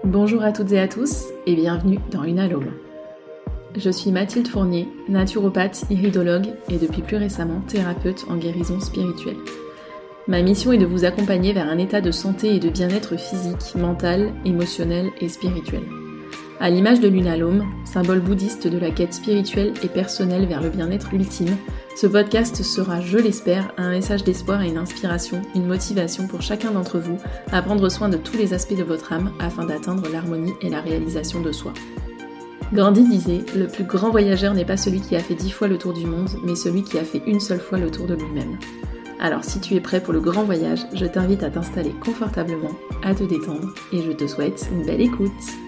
Bonjour à toutes et à tous et bienvenue dans Unalome. Je suis Mathilde Fournier, naturopathe, iridologue et depuis plus récemment thérapeute en guérison spirituelle. Ma mission est de vous accompagner vers un état de santé et de bien-être physique, mental, émotionnel et spirituel. À l'image de l'Unalome, symbole bouddhiste de la quête spirituelle et personnelle vers le bien-être ultime, ce podcast sera, je l'espère, un message d'espoir et une inspiration, une motivation pour chacun d'entre vous à prendre soin de tous les aspects de votre âme afin d'atteindre l'harmonie et la réalisation de soi. Gandhi disait « Le plus grand voyageur n'est pas celui qui a fait 10 fois le tour du monde, mais celui qui a fait une seule fois le tour de lui-même. » Alors si tu es prêt pour le grand voyage, je t'invite à t'installer confortablement, à te détendre et je te souhaite une belle écoute.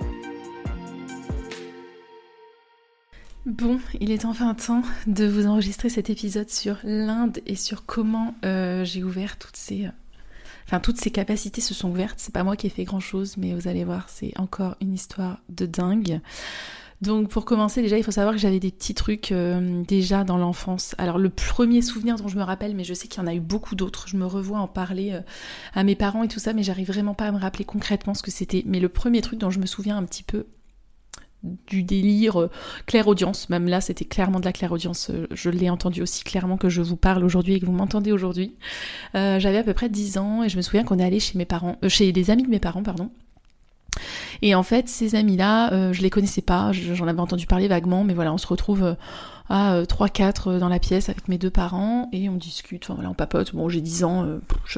Bon, il est enfin temps de vous enregistrer cet épisode sur l'Inde et sur comment j'ai ouvert toutes ces capacités se sont ouvertes. C'est pas moi qui ai fait grand chose, mais vous allez voir, c'est encore une histoire de dingue. Donc pour commencer, déjà il faut savoir que j'avais des petits trucs déjà dans l'enfance. Alors le premier souvenir dont je me rappelle, mais je sais qu'il y en a eu beaucoup d'autres, je me revois en parler à mes parents et tout ça, mais j'arrive vraiment pas à me rappeler concrètement ce que c'était. Mais le premier truc dont je me souviens un petit peu du délire clairaudience, même là c'était clairement de la clairaudience, je l'ai entendu aussi clairement que je vous parle aujourd'hui et que vous m'entendez aujourd'hui. J'avais à peu près 10 ans et je me souviens qu'on est allé chez des amis de mes parents, pardon. Et en fait, ces amis-là, je les connaissais pas, j'en avais entendu parler vaguement, mais voilà, on se retrouve à 3-4 dans la pièce avec mes deux parents et on discute, enfin voilà, on papote. Bon, j'ai 10 ans,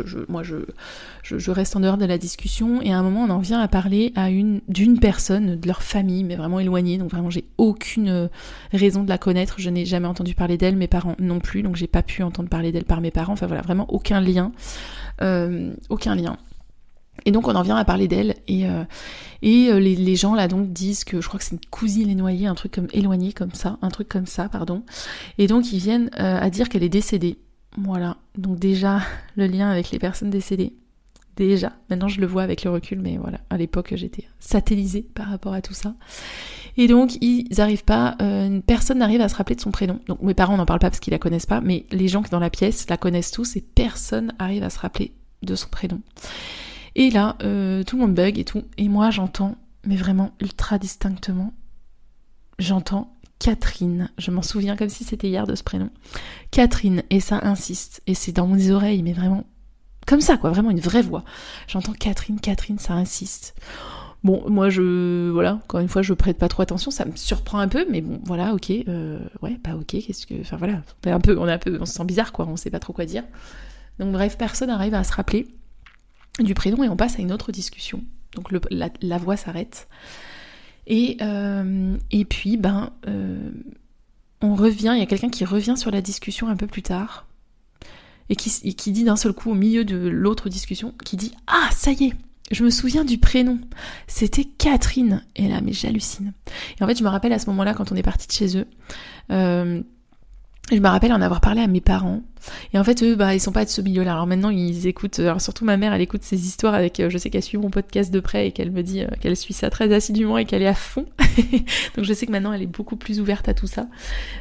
je reste en dehors de la discussion et à un moment, on en vient à parler d'une personne de leur famille, mais vraiment éloignée, donc vraiment, j'ai aucune raison de la connaître, je n'ai jamais entendu parler d'elle, mes parents non plus, donc j'ai pas pu entendre parler d'elle par mes parents, enfin voilà, vraiment aucun lien. Et donc on en vient à parler d'elle et les gens là donc disent que je crois que c'est une cousine éloignée, un truc comme ça, pardon. Et donc ils viennent à dire qu'elle est décédée. Voilà. Donc déjà le lien avec les personnes décédées. Déjà. Maintenant je le vois avec le recul, mais voilà. À l'époque j'étais satellisée par rapport à tout ça. Et donc ils arrivent pas, personne n'arrive à se rappeler de son prénom. Donc mes parents n'en parlent pas parce qu'ils la connaissent pas, mais les gens qui dans la pièce la connaissent tous et personne arrive à se rappeler de son prénom. Et là, tout le monde bug et tout, et moi j'entends, mais vraiment ultra distinctement, j'entends Catherine, je m'en souviens comme si c'était hier de ce prénom, Catherine, et ça insiste, et c'est dans mes oreilles, mais vraiment, comme ça quoi, vraiment une vraie voix, j'entends Catherine, ça insiste. Bon, moi encore une fois, je prête pas trop attention, ça me surprend un peu, mais bon, voilà, ok, enfin voilà, on se sent bizarre quoi, on sait pas trop quoi dire. Donc bref, personne n'arrive à se rappeler du prénom et on passe à une autre discussion. Donc la voix s'arrête. Et puis, on revient, il y a quelqu'un qui revient sur la discussion un peu plus tard et qui dit d'un seul coup au milieu de l'autre discussion, qui dit « Ah, ça y est, je me souviens du prénom, c'était Catherine !» Et là, mais j'hallucine. Et en fait, je me rappelle à ce moment-là, quand on est parti de chez eux, je me rappelle en avoir parlé à mes parents. Et en fait, eux, ils sont pas de ce milieu-là. Alors maintenant, ils écoutent... Alors surtout ma mère, elle écoute ces histoires avec... je sais qu'elle suit mon podcast de près et qu'elle me dit qu'elle suit ça très assidûment et qu'elle est à fond. Donc je sais que maintenant, elle est beaucoup plus ouverte à tout ça.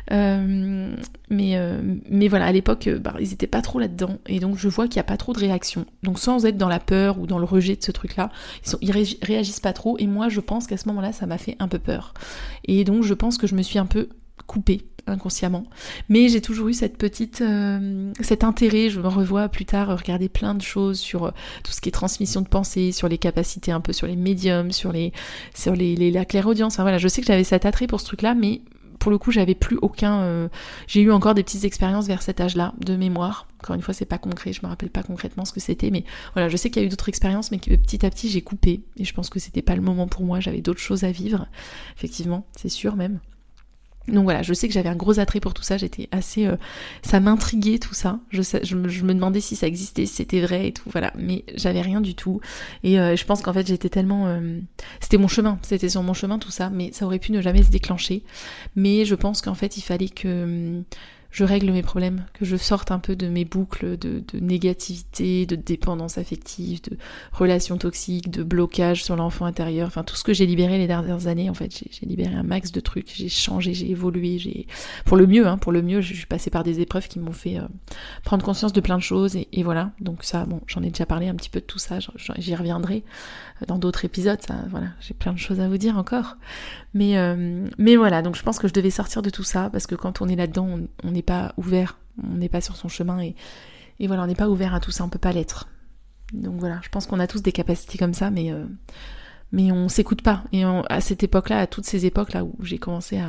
Mais voilà, à l'époque, ils étaient pas trop là-dedans. Et donc je vois qu'il y a pas trop de réaction. Donc sans être dans la peur ou dans le rejet de ce truc-là, ils réagissent pas trop. Et moi, je pense qu'à ce moment-là, ça m'a fait un peu peur. Et donc je pense que je me suis un peu coupée inconsciemment, mais j'ai toujours eu cet intérêt, je me revois plus tard regarder plein de choses sur tout ce qui est transmission de pensée, sur les capacités un peu, sur les médiums, sur la clairaudience, enfin voilà, je sais que j'avais cet attrait pour ce truc-là, mais pour le coup j'avais plus j'ai eu encore des petites expériences vers cet âge-là, de mémoire, encore une fois c'est pas concret, je me rappelle pas concrètement ce que c'était, mais voilà, je sais qu'il y a eu d'autres expériences, mais que petit à petit j'ai coupé, et je pense que c'était pas le moment pour moi, j'avais d'autres choses à vivre, effectivement, c'est sûr même. Donc voilà, je sais que j'avais un gros attrait pour tout ça, j'étais assez... ça m'intriguait tout ça, je me demandais si ça existait, si c'était vrai et tout, voilà, mais j'avais rien du tout, et je pense qu'en fait j'étais tellement... c'était mon chemin, c'était sur mon chemin tout ça, mais ça aurait pu ne jamais se déclencher, mais je pense qu'en fait il fallait que... je règle mes problèmes, que je sorte un peu de mes boucles de négativité, de dépendance affective, de relations toxiques, de blocage sur l'enfant intérieur, enfin tout ce que j'ai libéré les dernières années, en fait, j'ai libéré un max de trucs, j'ai changé, j'ai évolué, pour le mieux, je suis passée par des épreuves qui m'ont fait prendre conscience de plein de choses, et voilà, donc ça, bon, j'en ai déjà parlé un petit peu de tout ça, j'y reviendrai dans d'autres épisodes, ça, voilà, j'ai plein de choses à vous dire encore, mais voilà, donc je pense que je devais sortir de tout ça, parce que quand on est là-dedans, on n'est pas ouvert, on n'est pas sur son chemin, et voilà, on n'est pas ouvert à tout ça, on peut pas l'être. Donc voilà, je pense qu'on a tous des capacités comme ça, mais on s'écoute pas, et à cette époque-là, à toutes ces époques-là où j'ai commencé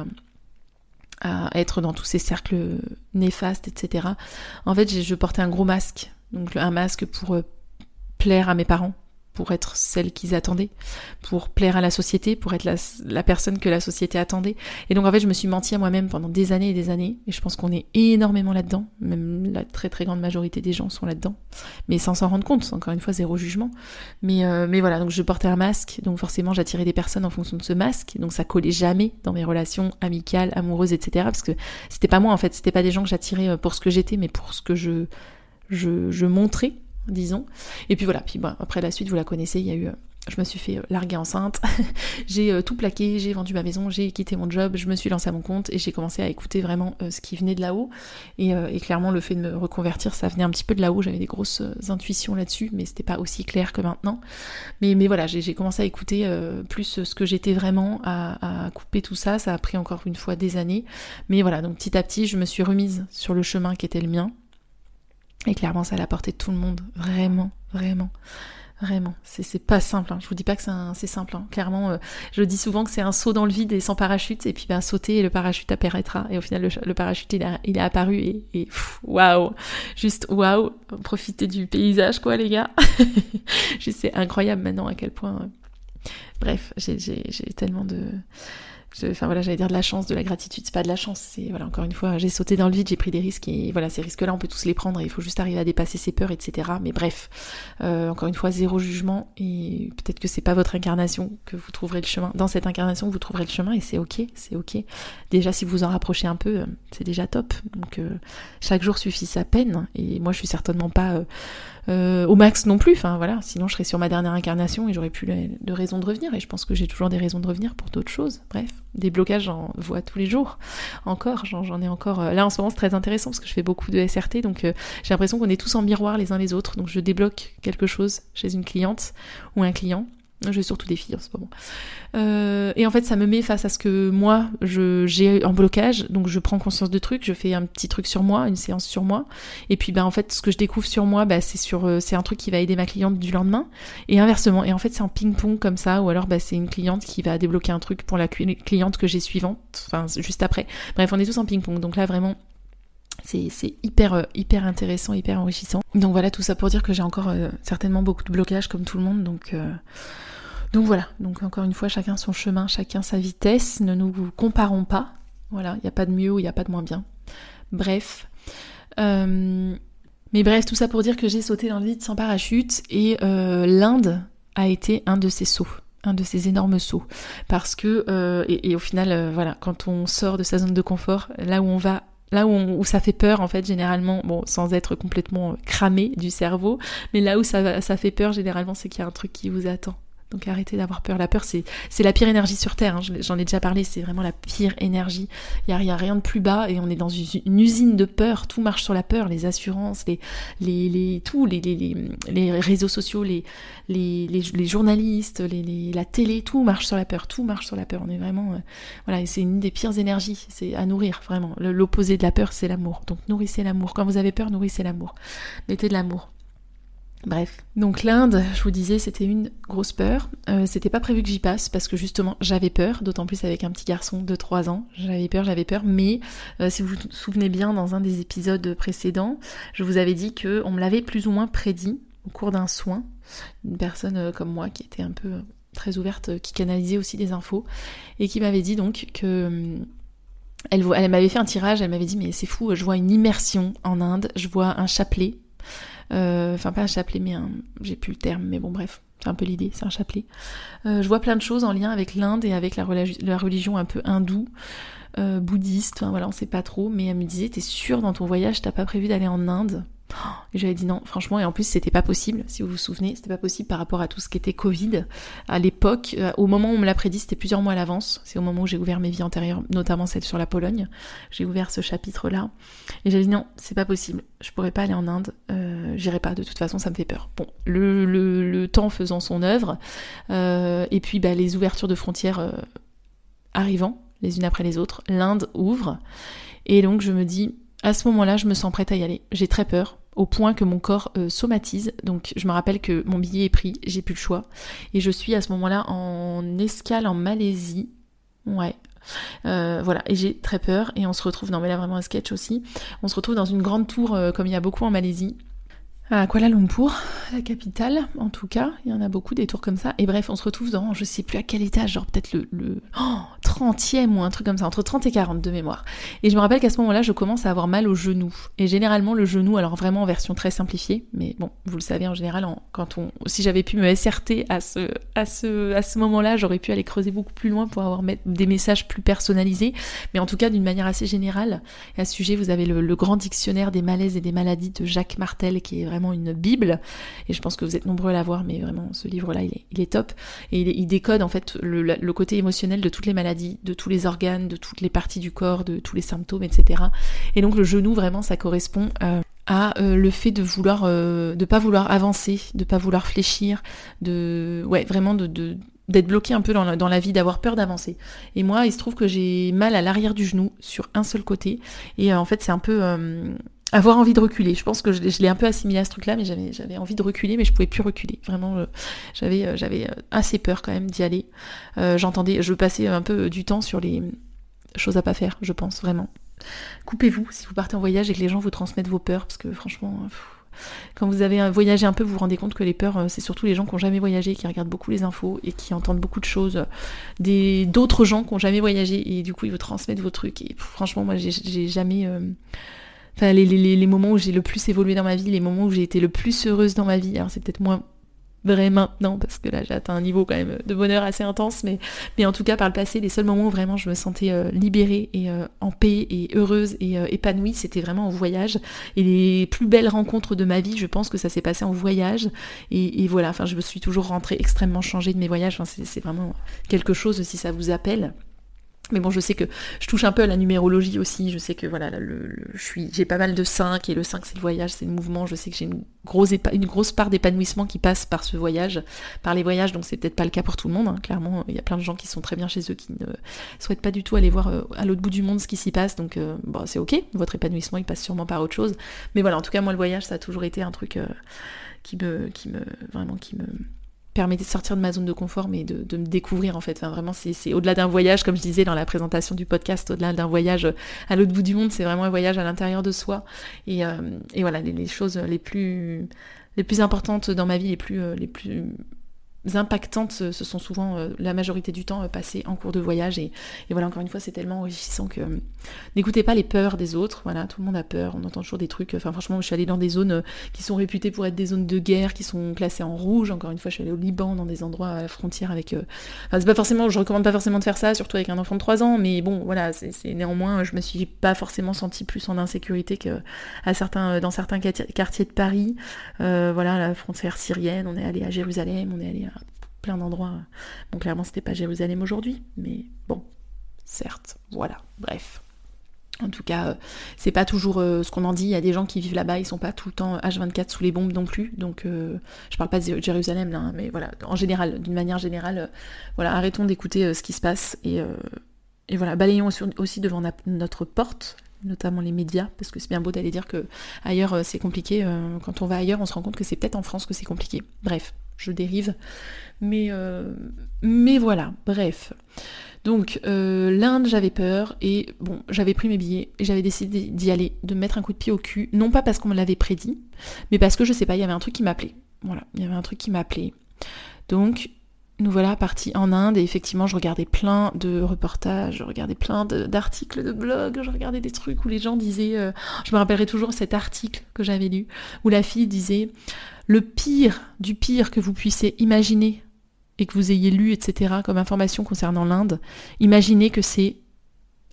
à être dans tous ces cercles néfastes, etc., en fait, je portais un gros masque, donc un masque pour plaire à mes parents, pour être celle qu'ils attendaient, pour plaire à la société, pour être la personne que la société attendait. Et donc en fait, je me suis menti à moi-même pendant des années, et je pense qu'on est énormément là-dedans, même la très très grande majorité des gens sont là-dedans, mais sans s'en rendre compte, encore une fois, zéro jugement. Mais voilà, donc je portais un masque, donc forcément j'attirais des personnes en fonction de ce masque, donc ça collait jamais dans mes relations amicales, amoureuses, etc., parce que c'était pas moi en fait, c'était pas des gens que j'attirais pour ce que j'étais, mais pour ce que je montrais, disons. Et puis voilà, puis bon, après la suite, vous la connaissez, il y a eu, je me suis fait larguer enceinte, j'ai tout plaqué, j'ai vendu ma maison, j'ai quitté mon job, je me suis lancée à mon compte et j'ai commencé à écouter vraiment ce qui venait de là-haut, et clairement le fait de me reconvertir, ça venait un petit peu de là-haut, j'avais des grosses intuitions là-dessus, mais c'était pas aussi clair que maintenant, mais voilà, j'ai commencé à écouter plus ce que j'étais vraiment, à couper tout ça, ça a pris encore une fois des années, mais voilà, donc petit à petit, je me suis remise sur le chemin qui était le mien. Et clairement, ça a la portée de tout le monde. Vraiment, vraiment, vraiment. C'est pas simple, hein. Je vous dis pas que c'est simple, hein. Clairement, je dis souvent que c'est un saut dans le vide et sans parachute, et puis sauter et le parachute apparaîtra. Et au final, le parachute, il est apparu et waouh! Juste waouh! Profitez du paysage, quoi, les gars. C'est incroyable maintenant à quel point... Bref, j'ai tellement de... Enfin voilà, j'allais dire de la chance, de la gratitude, c'est pas de la chance, c'est voilà, encore une fois, j'ai sauté dans le vide, j'ai pris des risques, et voilà, ces risques-là, on peut tous les prendre, et il faut juste arriver à dépasser ses peurs, etc. Mais bref, encore une fois, zéro jugement, et peut-être que c'est pas votre incarnation que vous trouverez le chemin. Dans cette incarnation, vous trouverez le chemin, et c'est ok, c'est ok. Déjà, si vous en rapprochez un peu, c'est déjà top. Donc chaque jour suffit sa peine, et moi, je suis certainement pas au max non plus, enfin voilà, sinon je serais sur ma dernière incarnation et j'aurais plus de raison de revenir, et je pense que j'ai toujours des raisons de revenir pour d'autres choses. Bref, des blocages, j'en vois tous les jours, encore, j'en ai encore, là en ce moment c'est très intéressant parce que je fais beaucoup de SRT, donc j'ai l'impression qu'on est tous en miroir les uns les autres, donc je débloque quelque chose chez une cliente ou un client. J'ai surtout des filles en ce moment. Et en fait, ça me met face à ce que moi, j'ai un blocage, donc je prends conscience de trucs, je fais un petit truc sur moi, une séance sur moi, et puis en fait, ce que je découvre sur moi, c'est un truc qui va aider ma cliente du lendemain, et inversement. Et en fait, c'est un ping-pong comme ça, ou alors c'est une cliente qui va débloquer un truc pour la cliente que j'ai suivante, enfin juste après. Bref, on est tous en ping-pong, donc là vraiment... C'est hyper intéressant, hyper enrichissant. Donc voilà, tout ça pour dire que j'ai encore certainement beaucoup de blocages comme tout le monde, donc voilà. Donc encore une fois, chacun son chemin, chacun sa vitesse, ne nous comparons pas. Voilà, il n'y a pas de mieux ou il n'y a pas de moins bien. Bref. Mais bref, tout ça pour dire que j'ai sauté dans le vide sans parachute, et l'Inde a été un de ces sauts. Un de ces énormes sauts. Parce que, et au final, voilà, quand on sort de sa zone de confort, là où on va, là où ça fait peur, en fait, généralement, bon, sans être complètement cramé du cerveau, mais là où ça fait peur, généralement, c'est qu'il y a un truc qui vous attend. Donc arrêtez d'avoir peur. La peur, c'est la pire énergie sur Terre, hein. J'en ai déjà parlé, c'est vraiment la pire énergie. Il y a rien de plus bas, et on est dans une usine de peur. Tout marche sur la peur, les assurances, les réseaux sociaux, les journalistes, la télé, tout marche sur la peur. Tout marche sur la peur. On est vraiment... voilà, et c'est une des pires énergies. C'est à nourrir, vraiment. L'opposé de la peur, c'est l'amour. Donc nourrissez l'amour. Quand vous avez peur, nourrissez l'amour. Mettez de l'amour. Bref, donc l'Inde, je vous disais, c'était une grosse peur. C'était pas prévu que j'y passe parce que justement j'avais peur, d'autant plus avec un petit garçon de 3 ans. J'avais peur, mais si vous vous souvenez bien, dans un des épisodes précédents, je vous avais dit qu'on me l'avait plus ou moins prédit au cours d'un soin. Une personne comme moi qui était un peu très ouverte, qui canalisait aussi des infos, et qui m'avait dit donc que... Elle m'avait fait un tirage, elle m'avait dit mais c'est fou, je vois une immersion en Inde, je vois un chapelet. Enfin pas un chapelet, mais j'ai plus le terme, mais bon bref, c'est un peu l'idée, c'est un chapelet. Je vois plein de choses en lien avec l'Inde et avec la religion un peu hindoue. bouddhiste, enfin voilà, on sait pas trop, mais elle me disait, t'es sûre dans ton voyage, t'as pas prévu d'aller en Inde ? Et j'avais dit non, franchement, et en plus c'était pas possible, si vous vous souvenez, c'était pas possible par rapport à tout ce qui était Covid. À l'époque, au moment où on me l'a prédit, c'était plusieurs mois à l'avance, c'est au moment où j'ai ouvert mes vies antérieures, notamment celle sur la Pologne, j'ai ouvert ce chapitre-là, et j'avais dit non, c'est pas possible, je pourrais pas aller en Inde, j'irai pas, de toute façon ça me fait peur. Bon, le temps faisant son œuvre, et puis les ouvertures de frontières arrivant, les unes après les autres, l'Inde ouvre, et donc je me dis, à ce moment-là, je me sens prête à y aller. J'ai très peur, au point que mon corps somatise. Donc je me rappelle que mon billet est pris, j'ai plus le choix. Et je suis à ce moment-là en escale en Malaisie. Ouais. Voilà, et j'ai très peur. Et on se retrouve, non mais là vraiment un sketch aussi, on se retrouve dans une grande tour, comme il y a beaucoup en Malaisie, à Kuala Lumpur, la capitale, en tout cas, il y en a beaucoup des tours comme ça, et bref, on se retrouve dans, je sais plus à quel étage, genre peut-être le 30e ou un truc comme ça, entre 30 et 40 de mémoire. Et je me rappelle qu'à ce moment-là, je commence à avoir mal au genou. Et généralement, le genou, alors vraiment en version très simplifiée, mais bon, vous le savez, en général, si j'avais pu me SRT à ce moment-là, j'aurais pu aller creuser beaucoup plus loin pour avoir des messages plus personnalisés, mais en tout cas, d'une manière assez générale. Et à ce sujet, vous avez le grand dictionnaire des malaises et des maladies de Jacques Martel, qui est vraiment une bible, et je pense que vous êtes nombreux à l'avoir, mais vraiment ce livre-là il est top, et il décode en fait le côté émotionnel de toutes les maladies, de tous les organes, de toutes les parties du corps, de tous les symptômes, etc. Et donc le genou, vraiment ça correspond à le fait de vouloir de pas vouloir avancer, de pas vouloir fléchir, vraiment d'être bloqué un peu dans la vie, d'avoir peur d'avancer. Et moi, il se trouve que j'ai mal à l'arrière du genou sur un seul côté, et en fait c'est un peu avoir envie de reculer. Je pense que je l'ai un peu assimilé à ce truc-là, mais j'avais envie de reculer, mais je pouvais plus reculer. Vraiment, j'avais assez peur quand même d'y aller. Je passais un peu du temps sur les choses à pas faire, je pense, vraiment. Coupez-vous si vous partez en voyage et que les gens vous transmettent vos peurs, parce que franchement, quand vous avez voyagé un peu, vous vous rendez compte que les peurs, c'est surtout les gens qui n'ont jamais voyagé, qui regardent beaucoup les infos et qui entendent beaucoup de choses d'autres gens qui n'ont jamais voyagé, et du coup ils vous transmettent vos trucs. Et franchement, moi j'ai jamais... Enfin, les moments où j'ai le plus évolué dans ma vie, les moments où j'ai été le plus heureuse dans ma vie, alors c'est peut-être moins vrai maintenant, parce que là j'ai atteint un niveau quand même de bonheur assez intense, mais en tout cas par le passé, les seuls moments où vraiment je me sentais libérée et en paix et heureuse et épanouie, c'était vraiment au voyage. Et les plus belles rencontres de ma vie, je pense que ça s'est passé en voyage, et voilà, enfin je me suis toujours rentrée extrêmement changée de mes voyages. Enfin, c'est vraiment quelque chose, si ça vous appelle. Mais bon, je sais que je touche un peu à la numérologie aussi, je sais que voilà, j'ai pas mal de 5, et le 5 c'est le voyage, c'est le mouvement, je sais que j'ai une grosse part d'épanouissement qui passe par ce voyage, par les voyages, donc c'est peut-être pas le cas pour tout le monde, hein. Clairement, il y a plein de gens qui sont très bien chez eux, qui ne souhaitent pas du tout aller voir à l'autre bout du monde ce qui s'y passe, donc c'est ok, votre épanouissement il passe sûrement par autre chose, mais voilà, en tout cas moi le voyage ça a toujours été un truc qui me permet de sortir de ma zone de confort, mais de me découvrir en fait. Enfin, vraiment, c'est au-delà d'un voyage, comme je disais dans la présentation du podcast, au-delà d'un voyage à l'autre bout du monde, c'est vraiment un voyage à l'intérieur de soi. Et voilà, les choses les plus importantes dans ma vie, les plus impactantes, ce sont souvent la majorité du temps passées en cours de voyage, et voilà, encore une fois c'est tellement enrichissant que n'écoutez pas les peurs des autres. Voilà, tout le monde a peur, on entend toujours des trucs, enfin franchement je suis allée dans des zones qui sont réputées pour être des zones de guerre, qui sont classées en rouge. Encore une fois je suis allée au Liban, dans des endroits à la frontière avec enfin c'est pas forcément, je recommande pas forcément de faire ça, surtout avec un enfant de 3 ans, mais bon voilà, c'est néanmoins, je me suis pas forcément sentie plus en insécurité que dans certains quartiers de Paris. Voilà, la frontière syrienne, on est allé à Jérusalem, on est allé à plein d'endroits. Bon, clairement, c'était pas Jérusalem aujourd'hui, mais bon, certes, voilà, bref. En tout cas, c'est pas toujours ce qu'on en dit. Il y a des gens qui vivent là-bas, ils sont pas tout le temps H24 sous les bombes non plus. Donc, je parle pas de Jérusalem là, hein, mais voilà, en général, d'une manière générale, voilà, arrêtons d'écouter ce qui se passe, et voilà, balayons aussi devant notre porte, notamment les médias, parce que c'est bien beau d'aller dire que ailleurs c'est compliqué. Quand on va ailleurs, on se rend compte que c'est peut-être en France que c'est compliqué. Bref, je dérive, mais voilà, bref. Donc l'Inde, j'avais peur, et bon, j'avais pris mes billets et j'avais décidé d'y aller, de me mettre un coup de pied au cul, non pas parce qu'on me l'avait prédit, mais parce que je sais pas, il y avait un truc qui m'appelait. Voilà, il y avait un truc qui m'appelait. Donc nous voilà partis en Inde, et effectivement je regardais plein de reportages, je regardais plein d'articles de blog, je regardais des trucs où les gens disaient, je me rappellerai toujours cet article que j'avais lu, où la fille disait le pire du pire que vous puissiez imaginer et que vous ayez lu, etc., comme information concernant l'Inde, imaginez que c'est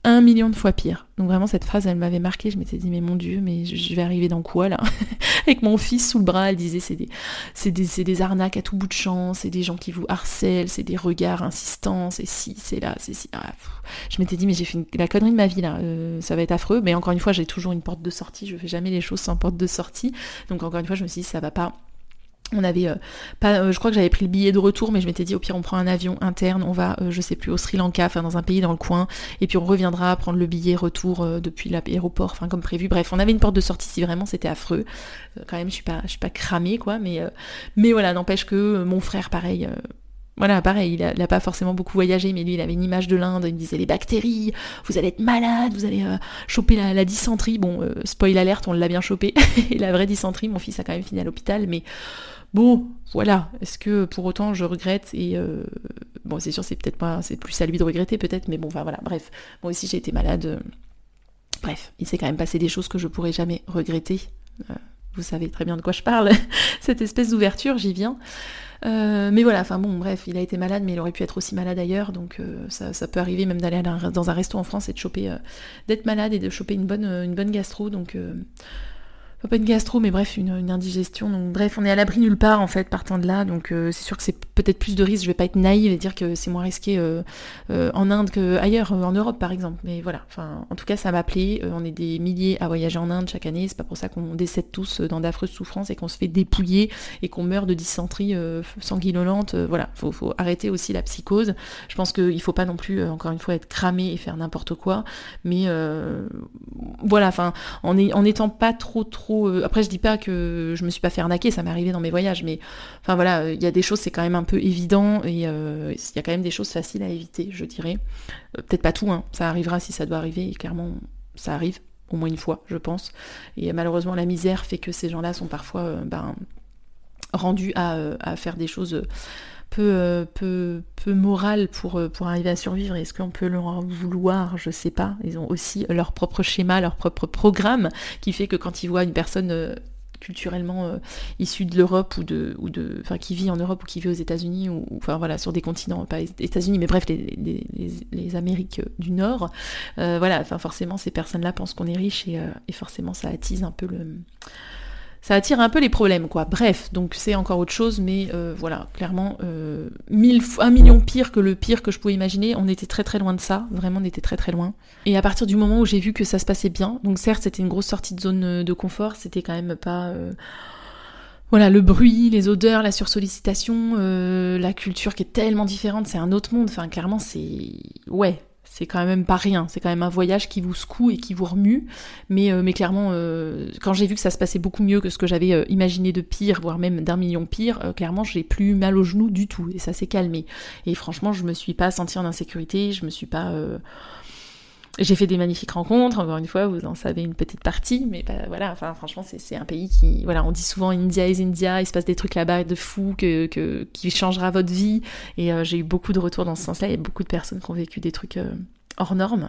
1 million de fois pire. Donc vraiment cette phrase elle m'avait marquée, je m'étais dit mais mon Dieu, mais je vais arriver dans quoi là? Avec mon fils sous le bras, elle disait c'est des arnaques à tout bout de champ, c'est des gens qui vous harcèlent, c'est des regards insistants, c'est ci, c'est là, c'est ci. Je m'étais dit mais j'ai fait la connerie de ma vie là, ça va être affreux, mais encore une fois j'ai toujours une porte de sortie, je fais jamais les choses sans porte de sortie, donc encore une fois je me suis dit ça va pas. On avait je crois que j'avais pris le billet de retour, mais je m'étais dit au pire on prend un avion interne, on va je sais plus au Sri Lanka, enfin dans un pays dans le coin, et puis on reviendra prendre le billet retour depuis l'aéroport, enfin comme prévu. Bref, on avait une porte de sortie si vraiment c'était affreux. Quand même je suis pas cramée quoi, mais voilà, n'empêche que mon frère pareil. Voilà, pareil, il a pas forcément beaucoup voyagé, mais lui, il avait une image de l'Inde, il me disait les bactéries, vous allez être malade, vous allez choper la dysenterie. Bon, spoil alerte, on l'a bien chopé, et la vraie dysenterie, mon fils a quand même fini à l'hôpital, mais bon, voilà, est-ce que pour autant je regrette et bon, c'est sûr, c'est peut-être pas, c'est plus à lui de regretter peut-être, mais bon, enfin voilà, bref, moi aussi j'ai été malade, bref, il s'est quand même passé des choses que je pourrais jamais regretter, vous savez très bien de quoi je parle, cette espèce d'ouverture, j'y viens. Mais voilà, enfin bon, bref, il a été malade, mais il aurait pu être aussi malade ailleurs, donc ça peut arriver même d'aller dans un resto en France et de choper, d'être malade et de choper une bonne gastro, donc pas une gastro, mais bref, une indigestion. Donc bref, on est à l'abri nulle part en fait, partant de là. Donc c'est sûr que c'est peut-être plus de risques. Je vais pas être naïve et dire que c'est moins risqué en Inde qu'ailleurs, en Europe par exemple. Mais voilà, enfin, en tout cas, ça m'a plu. On est des milliers à voyager en Inde chaque année. C'est pas pour ça qu'on décède tous dans d'affreuses souffrances et qu'on se fait dépouiller et qu'on meurt de dysenterie sanguinolente. Voilà, faut arrêter aussi la psychose. Je pense qu'il faut pas non plus, encore une fois, être cramé et faire n'importe quoi. Mais voilà, enfin, en étant pas trop après je dis pas que je me suis pas fait arnaquer, ça m'est arrivé dans mes voyages, mais enfin voilà, il y a des choses c'est quand même un peu évident et il y a quand même des choses faciles à éviter, je dirais. Peut-être pas tout, hein, ça arrivera si ça doit arriver, et clairement ça arrive au moins une fois, je pense. Et malheureusement la misère fait que ces gens-là sont parfois rendus à faire des choses peu morales pour arriver à survivre. Est-ce qu'on peut leur vouloir? Je sais pas. Ils ont aussi leur propre schéma, leur propre programme, qui fait que quand ils voient une personne culturellement issue de l'Europe enfin qui vit en Europe ou qui vit aux États-Unis ou enfin voilà sur des continents, pas les États-Unis mais bref les Amériques du Nord, voilà, enfin forcément ces personnes-là pensent qu'on est riche et forcément ça attise un peu ça attire un peu les problèmes, quoi. Bref, donc c'est encore autre chose, mais voilà, clairement, 1 million pire que le pire que je pouvais imaginer. On était très très loin de ça, vraiment, on était très très loin. Et à partir du moment où j'ai vu que ça se passait bien, donc certes, c'était une grosse sortie de zone de confort, c'était quand même pas... Voilà, le bruit, les odeurs, la sursollicitation, la culture qui est tellement différente, c'est un autre monde. Enfin, clairement, c'est... Ouais, c'est quand même pas rien. C'est quand même un voyage qui vous secoue et qui vous remue. Mais clairement, quand j'ai vu que ça se passait beaucoup mieux que ce que j'avais imaginé de pire, voire même d'1 million pire, clairement, j'ai plus mal aux genoux du tout. Et ça s'est calmé. Et franchement, je me suis pas sentie en insécurité. Je me suis pas... J'ai fait des magnifiques rencontres, encore une fois, vous en savez une petite partie, mais voilà, enfin franchement c'est un pays qui, voilà, on dit souvent India is India, il se passe des trucs là-bas de fou qui changera votre vie, et j'ai eu beaucoup de retours dans ce sens-là, il y a beaucoup de personnes qui ont vécu des trucs hors normes,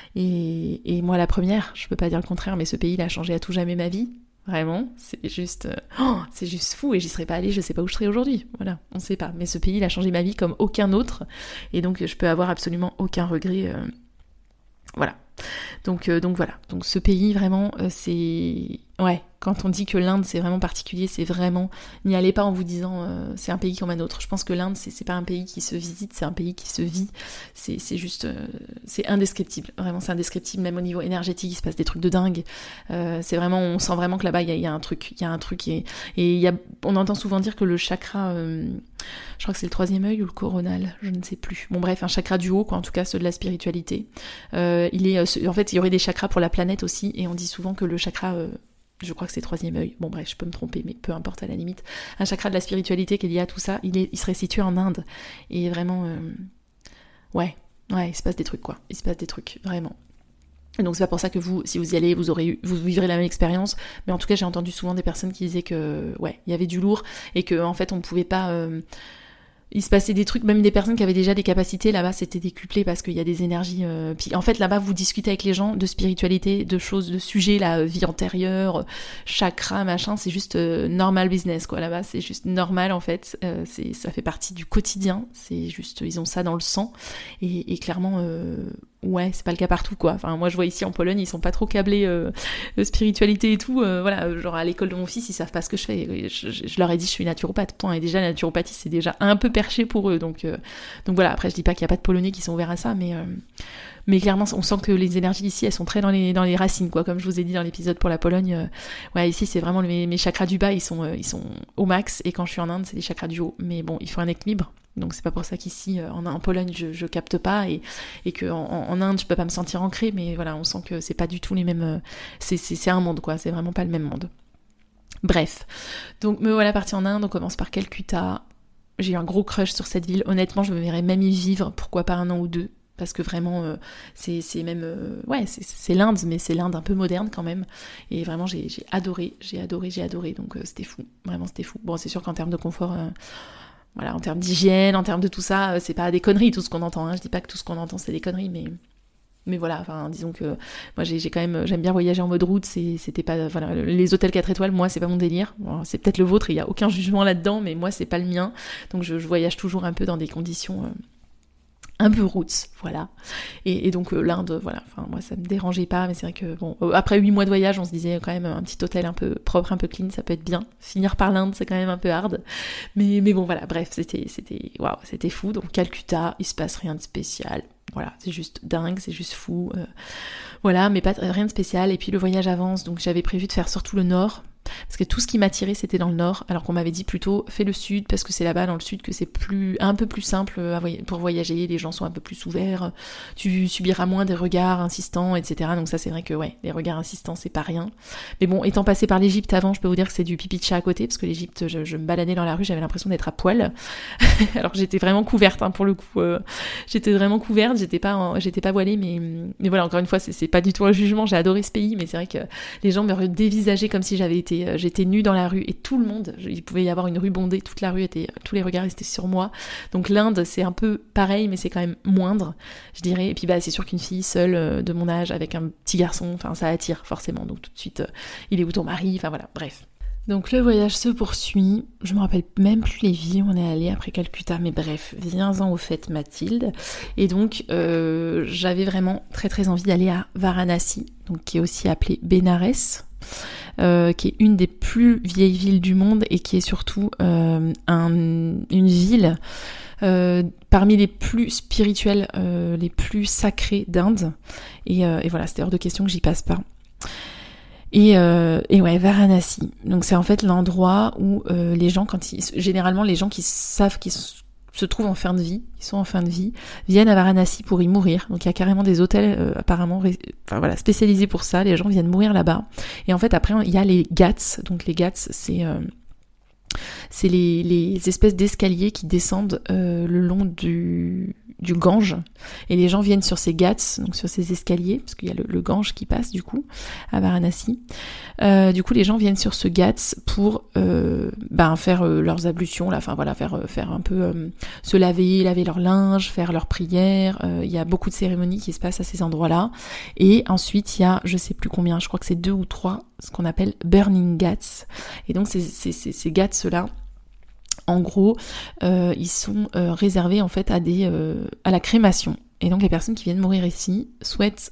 et moi la première, je peux pas dire le contraire, mais ce pays il a changé à tout jamais ma vie. Vraiment, c'est juste fou, et j'y serais pas allée, je sais pas où je serais aujourd'hui, voilà, on sait pas, mais ce pays il a changé ma vie comme aucun autre, et donc je peux avoir absolument aucun regret. Voilà. Donc voilà. Donc ce pays vraiment c'est... Ouais, quand on dit que l'Inde c'est vraiment particulier, c'est vraiment... N'y allez pas en vous disant c'est un pays comme un autre. Je pense que l'Inde c'est pas un pays qui se visite, c'est un pays qui se vit. C'est juste... c'est indescriptible. Vraiment c'est indescriptible, même au niveau énergétique, il se passe des trucs de dingue. C'est vraiment... On sent vraiment que là-bas il y a un truc. Il y a un truc et il y a... On entend souvent dire que le chakra... je crois que c'est le 3e œil ou le coronal, je ne sais plus. Bon bref, un chakra du haut, quoi, en tout cas ceux de la spiritualité. Il est... en fait, il y aurait des chakras pour la planète aussi, et on dit souvent que le chakra... je crois que c'est 3e œil, bon bref, je peux me tromper, mais peu importe à la limite. Un chakra de la spiritualité qui est lié à tout ça, il serait situé en Inde. Et vraiment, ouais, il se passe des trucs, quoi. Il se passe des trucs, vraiment. Et donc c'est pas pour ça que vous, si vous y allez, vous vivrez la même expérience. Mais en tout cas, j'ai entendu souvent des personnes qui disaient que, ouais, il y avait du lourd, et que en fait, on pouvait pas... il se passait des trucs, même des personnes qui avaient déjà des capacités, là-bas c'était décuplé parce qu'il y a des énergies... Puis en fait là-bas vous discutez avec les gens de spiritualité, de choses, de sujets, la vie antérieure, chakra, machin, c'est juste normal business quoi, là-bas c'est juste normal en fait, ça fait partie du quotidien, c'est juste, ils ont ça dans le sang, et clairement, ouais, c'est pas le cas partout, quoi. Enfin, moi, je vois ici en Pologne, ils sont pas trop câblés spiritualité et tout. Voilà, genre à l'école de mon fils, ils savent pas ce que je fais. Je leur ai dit, je suis naturopathe, point. Et déjà, la naturopathie, c'est déjà un peu perché pour eux. Donc voilà, après, je dis pas qu'il y a pas de Polonais qui sont ouverts à ça, mais clairement, on sent que les énergies ici, elles sont très dans les racines, quoi. Comme je vous ai dit dans l'épisode pour la Pologne, ouais, ici, c'est vraiment mes chakras du bas, ils sont au max. Et quand je suis en Inde, c'est les chakras du haut. Mais bon, il faut un équilibre. Donc c'est pas pour ça qu'ici en Pologne je capte pas et que en Inde je peux pas me sentir ancrée, mais voilà, on sent que c'est pas du tout les mêmes, c'est un monde, quoi, c'est vraiment pas le même monde. Bref, donc me voilà partie en Inde, on commence par Calcutta. J'ai eu un gros crush sur cette ville, honnêtement je me verrais même y vivre, pourquoi pas 1 an ou 2, parce que vraiment c'est même ouais, c'est l'Inde, mais c'est l'Inde un peu moderne quand même, et vraiment j'ai adoré, donc c'était fou, vraiment c'était fou. Bon, c'est sûr qu'en termes de confort, voilà, en termes d'hygiène, en termes de tout ça, c'est pas des conneries tout ce qu'on entend, hein. Je dis pas que tout ce qu'on entend c'est des conneries, mais voilà, enfin disons que moi j'ai quand même, j'aime bien voyager en mode route, c'était pas, voilà, les hôtels 4 étoiles, moi c'est pas mon délire. Bon, c'est peut-être le vôtre, il y a aucun jugement là-dedans, mais moi c'est pas le mien, donc je voyage toujours un peu dans des conditions un peu roots, voilà. Et donc l'Inde, voilà, enfin moi ça me dérangeait pas, mais c'est vrai que bon, après 8 mois de voyage, on se disait quand même un petit hôtel un peu propre, un peu clean, ça peut être bien. Finir par l'Inde, c'est quand même un peu hard. Mais bon voilà, bref, c'était waouh, c'était fou. Donc Calcutta, il se passe rien de spécial. Voilà, c'est juste dingue, c'est juste fou. Voilà, mais pas rien de spécial. Et puis le voyage avance, donc j'avais prévu de faire surtout le nord. Parce que tout ce qui m'attirait c'était dans le nord, alors qu'on m'avait dit plutôt fais le sud, parce que c'est là-bas dans le sud que c'est un peu plus simple pour voyager, les gens sont un peu plus ouverts, tu subiras moins des regards insistants, etc. Donc ça c'est vrai que ouais, les regards insistants c'est pas rien. Mais bon, étant passé par l'Égypte avant, je peux vous dire que c'est du pipi de chat à côté, parce que l'Égypte, je me baladais dans la rue, j'avais l'impression d'être à poil, alors que j'étais vraiment couverte, hein, pour le coup, j'étais vraiment couverte, j'étais pas voilée, mais voilà, encore une fois, c'est pas du tout un jugement, j'ai adoré ce pays, mais c'est vrai que les gens me dévisageaient comme si j'étais nue dans la rue, et tout le monde, il pouvait y avoir une rue bondée, toute la rue tous les regards étaient sur moi. Donc l'Inde c'est un peu pareil, mais c'est quand même moindre, je dirais. Et puis bah c'est sûr qu'une fille seule de mon âge avec un petit garçon, enfin ça attire forcément, donc tout de suite il est où ton mari, enfin voilà, bref. Donc le voyage se poursuit, je me rappelle même plus les villes où on est allé après Calcutta, mais bref, viens-en au fait Mathilde. Et donc j'avais vraiment très très envie d'aller à Varanasi, donc qui est aussi appelée Bénarès, qui est une des plus vieilles villes du monde et qui est surtout une ville parmi les plus spirituelles, les plus sacrées d'Inde. Et voilà, c'était hors de question que j'y passe pas. Et ouais, Varanasi. Donc c'est en fait l'endroit où les gens, généralement les gens qui savent qu'ils se trouvent en fin de vie, ils sont en fin de vie, viennent à Varanasi pour y mourir. Donc il y a carrément des hôtels apparemment spécialisés pour ça, les gens viennent mourir là-bas. Et en fait après il y a les ghats. Donc les ghats c'est les espèces d'escaliers qui descendent le long du Gange, et les gens viennent sur ces ghats, donc sur ces escaliers, parce qu'il y a le Gange qui passe du coup à Varanasi. Du coup les gens viennent sur ce ghats pour faire leurs ablutions là, enfin voilà, faire un peu se laver leur linge, faire leurs prières. Il y a beaucoup de cérémonies qui se passent à ces endroits-là, et ensuite il y a je sais plus combien, je crois que c'est 2 ou 3, ce qu'on appelle burning ghats. Et donc ces ghats là, en gros, ils sont réservés en fait à la crémation. Et donc les personnes qui viennent mourir ici souhaitent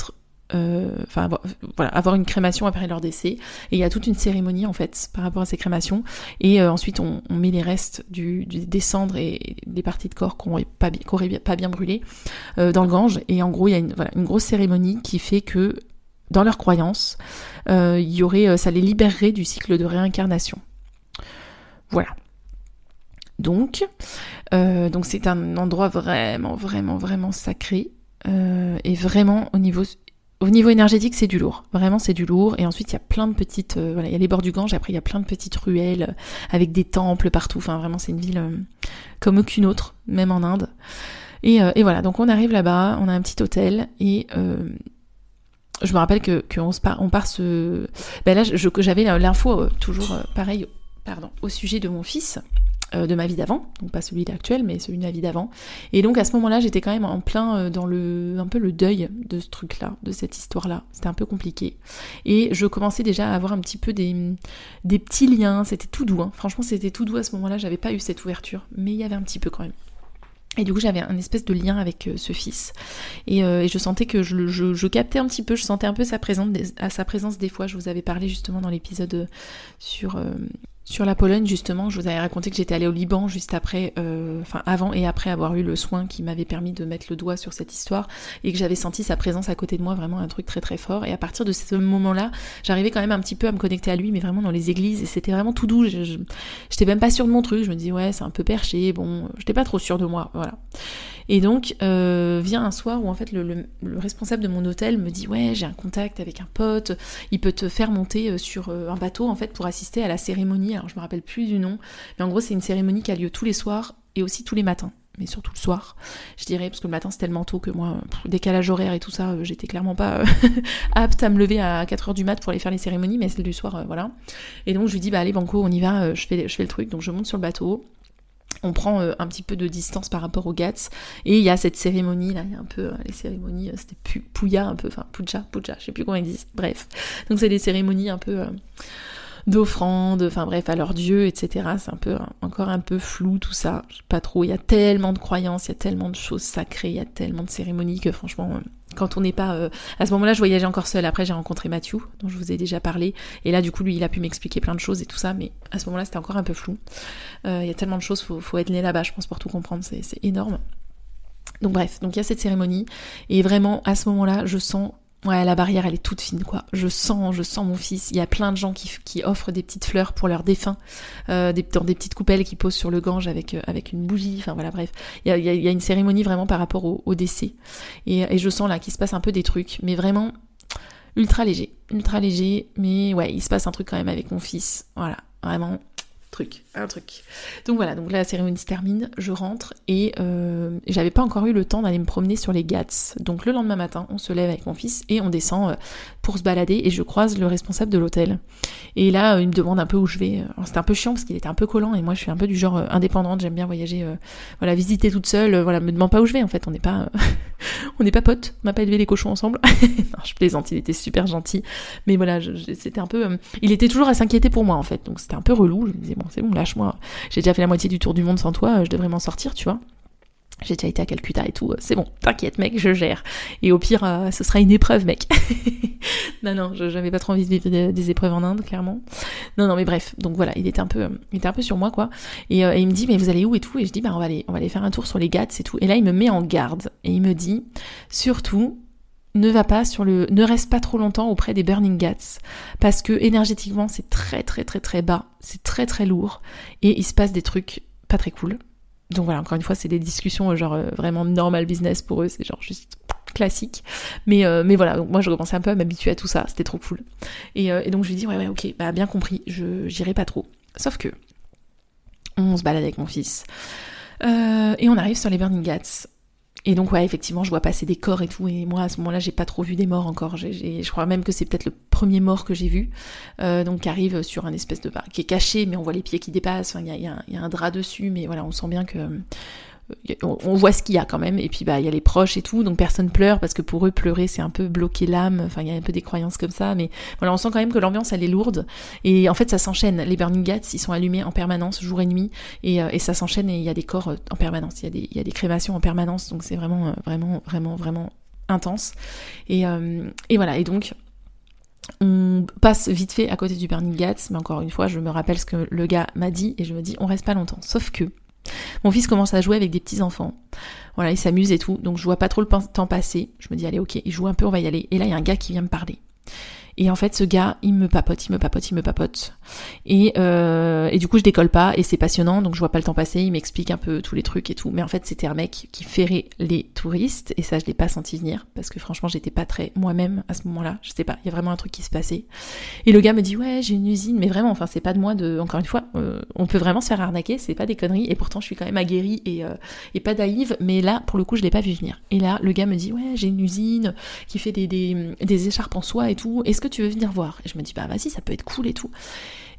avoir une crémation après leur décès. Et il y a toute une cérémonie en fait par rapport à ces crémations. Et ensuite on met les restes des cendres et des parties de corps qui n'auraient pas bien brûlé dans le Gange. Et en gros il y a une grosse cérémonie qui fait que dans leur croyance, ça les libérerait du cycle de réincarnation. Voilà. Donc c'est un endroit vraiment, vraiment, vraiment sacré, et vraiment au niveau énergétique c'est du lourd. Vraiment c'est du lourd. Et ensuite il y a plein de petites, il y a les bords du Gange, et après il y a plein de petites ruelles avec des temples partout. Enfin vraiment c'est une ville comme aucune autre, même en Inde. Et voilà, donc on arrive là-bas, on a un petit hôtel, et je me rappelle on part là j'avais l'info toujours pareil, au sujet de mon fils, de ma vie d'avant, donc pas celui actuel mais celui de ma vie d'avant. Et donc à ce moment-là j'étais quand même en plein dans un peu le deuil de ce truc-là, de cette histoire-là. C'était un peu compliqué, et je commençais déjà à avoir un petit peu des petits liens. C'était tout doux, hein. Franchement c'était tout doux à ce moment-là, j'avais pas eu cette ouverture, mais il y avait un petit peu quand même. Et du coup j'avais un espèce de lien avec ce fils et je sentais que je captais un petit peu, je sentais un peu sa présence des fois. Je vous avais parlé justement dans l'épisode sur la Pologne justement, je vous avais raconté que j'étais allée au Liban juste après, avant et après avoir eu le soin qui m'avait permis de mettre le doigt sur cette histoire et que j'avais senti sa présence à côté de moi, vraiment un truc très très fort. Et à partir de ce moment-là, j'arrivais quand même un petit peu à me connecter à lui, mais vraiment dans les églises, et c'était vraiment tout doux. J'étais même pas sûre de mon truc, je me disais ouais c'est un peu perché, bon, j'étais pas trop sûre de moi, voilà. Et donc vient un soir où en fait le responsable de mon hôtel me dit ouais j'ai un contact avec un pote, il peut te faire monter sur un bateau en fait pour assister à la cérémonie. Alors je me rappelle plus du nom, mais en gros c'est une cérémonie qui a lieu tous les soirs et aussi tous les matins, mais surtout le soir je dirais, parce que le matin c'est tellement tôt que moi, décalage horaire et tout ça, j'étais clairement pas apte à me lever à 4h du mat pour aller faire les cérémonies, mais celle du soir voilà. Et donc je lui dis bah allez banco on y va, je fais le truc. Donc je monte sur le bateau, on prend un petit peu de distance par rapport aux Ghats, et il y a cette cérémonie là, il y a un peu les cérémonies, c'était Pouya un peu, enfin Puja, je sais plus comment ils disent, bref. Donc c'est des cérémonies un peu d'offrandes, enfin bref, à leur dieu, etc. C'est un peu encore un peu flou tout ça, je sais pas trop, il y a tellement de croyances, il y a tellement de choses sacrées, il y a tellement de cérémonies que franchement quand on n'est pas... À ce moment-là, je voyageais encore seule. Après, j'ai rencontré Mathieu, dont je vous ai déjà parlé. Et là, du coup, lui, il a pu m'expliquer plein de choses et tout ça. Mais à ce moment-là, c'était encore un peu flou. Il y a tellement de choses, faut être né là-bas, je pense, pour tout comprendre. C'est énorme. Donc bref, donc il y a cette cérémonie. Et vraiment, à ce moment-là, je sens... Ouais, la barrière, elle est toute fine, quoi. Je sens mon fils. Il y a plein de gens qui offrent des petites fleurs pour leurs défunts, dans des petites coupelles qu'ils posent sur le Gange avec une bougie. Enfin voilà, bref. Il y a une cérémonie vraiment par rapport au décès. Et je sens là qu'il se passe un peu des trucs, mais vraiment ultra léger. Mais ouais, il se passe un truc quand même avec mon fils. Voilà, vraiment. Un truc. Donc voilà, donc là la cérémonie se termine, je rentre et j'avais pas encore eu le temps d'aller me promener sur les Ghats. Donc le lendemain matin, on se lève avec mon fils et on descend pour se balader et je croise le responsable de l'hôtel. Et là, il me demande un peu où je vais. Alors c'était un peu chiant parce qu'il était un peu collant et moi je suis un peu du genre indépendante, j'aime bien voyager, visiter toute seule, me demande pas où je vais en fait, on n'est pas potes, on n'a pas élevé les cochons ensemble. Non, je plaisante, il était super gentil, mais voilà, c'était un peu... il était toujours à s'inquiéter pour moi en fait, donc c'était un peu relou. Je me disais bon c'est bon, lâche-moi, j'ai déjà fait la moitié du tour du monde sans toi, je devrais m'en sortir, tu vois. J'ai déjà été à Calcutta et tout, c'est bon, t'inquiète mec, je gère. Et au pire, ce sera une épreuve mec. Non, j'avais pas trop envie de vivre des épreuves en Inde, clairement. Non, mais bref, donc voilà, il était un peu sur moi, quoi. Et il me dit, mais vous allez où et tout? Et je dis, bah on va aller faire un tour sur les Ghats et tout. Et là, il me met en garde, et il me dit, surtout, ne reste pas trop longtemps auprès des Burning Ghats, parce que énergétiquement, c'est très très très très bas, c'est très très lourd, et il se passe des trucs pas très cool. Donc voilà, encore une fois, c'est des discussions vraiment normal business pour eux, c'est genre juste classique. Mais voilà, donc moi je commençais un peu à m'habituer à tout ça, c'était trop cool. Et donc je lui dis ouais ok, bah bien compris, j'irai pas trop. Sauf que on se balade avec mon fils et on arrive sur les Burning Ghats. Et donc ouais, effectivement, je vois passer des corps et tout, et moi à ce moment-là, j'ai pas trop vu des morts encore. Je crois même que c'est peut-être le premier mort que j'ai vu, donc qui arrive sur un espèce de qui est caché, mais on voit les pieds qui dépassent. Enfin, il y a un drap dessus, mais voilà, on sent bien que on voit ce qu'il y a quand même. Et puis bah il y a les proches et tout, donc personne pleure parce que pour eux pleurer c'est un peu bloquer l'âme. Enfin il y a un peu des croyances comme ça, mais voilà, on sent quand même que l'ambiance elle est lourde. Et en fait ça s'enchaîne. Les Burning Ghats ils sont allumés en permanence jour et nuit, et ça s'enchaîne, et il y a des corps en permanence. Il y a des crémations en permanence, donc c'est vraiment intense. Et voilà, et donc on passe vite fait à côté du Burning Ghats, mais encore une fois je me rappelle ce que le gars m'a dit et je me dis on reste pas longtemps. Sauf que mon fils commence à jouer avec des petits enfants. Voilà, il s'amuse et tout, donc je vois pas trop le temps passer. Je me dis allez ok, il joue un peu, on va y aller. Et là il y a un gars qui vient me parler. Et en fait ce gars il me papote. Et du coup je décolle pas et c'est passionnant, donc je vois pas le temps passer, il m'explique un peu tous les trucs et tout. Mais en fait c'était un mec qui ferrait les touristes, et ça je l'ai pas senti venir, parce que franchement j'étais pas très moi-même à ce moment-là, je sais pas, il y a vraiment un truc qui se passait. Et le gars me dit ouais j'ai une usine, mais vraiment, enfin c'est pas de moi encore une fois, on peut vraiment se faire arnaquer, c'est pas des conneries, et pourtant je suis quand même aguerrie et pas naïve, mais là pour le coup je l'ai pas vu venir. Et là le gars me dit ouais j'ai une usine qui fait des écharpes en soie et tout, est-ce que tu veux venir voir? Et je me dis bah vas-y, ça peut être cool et tout.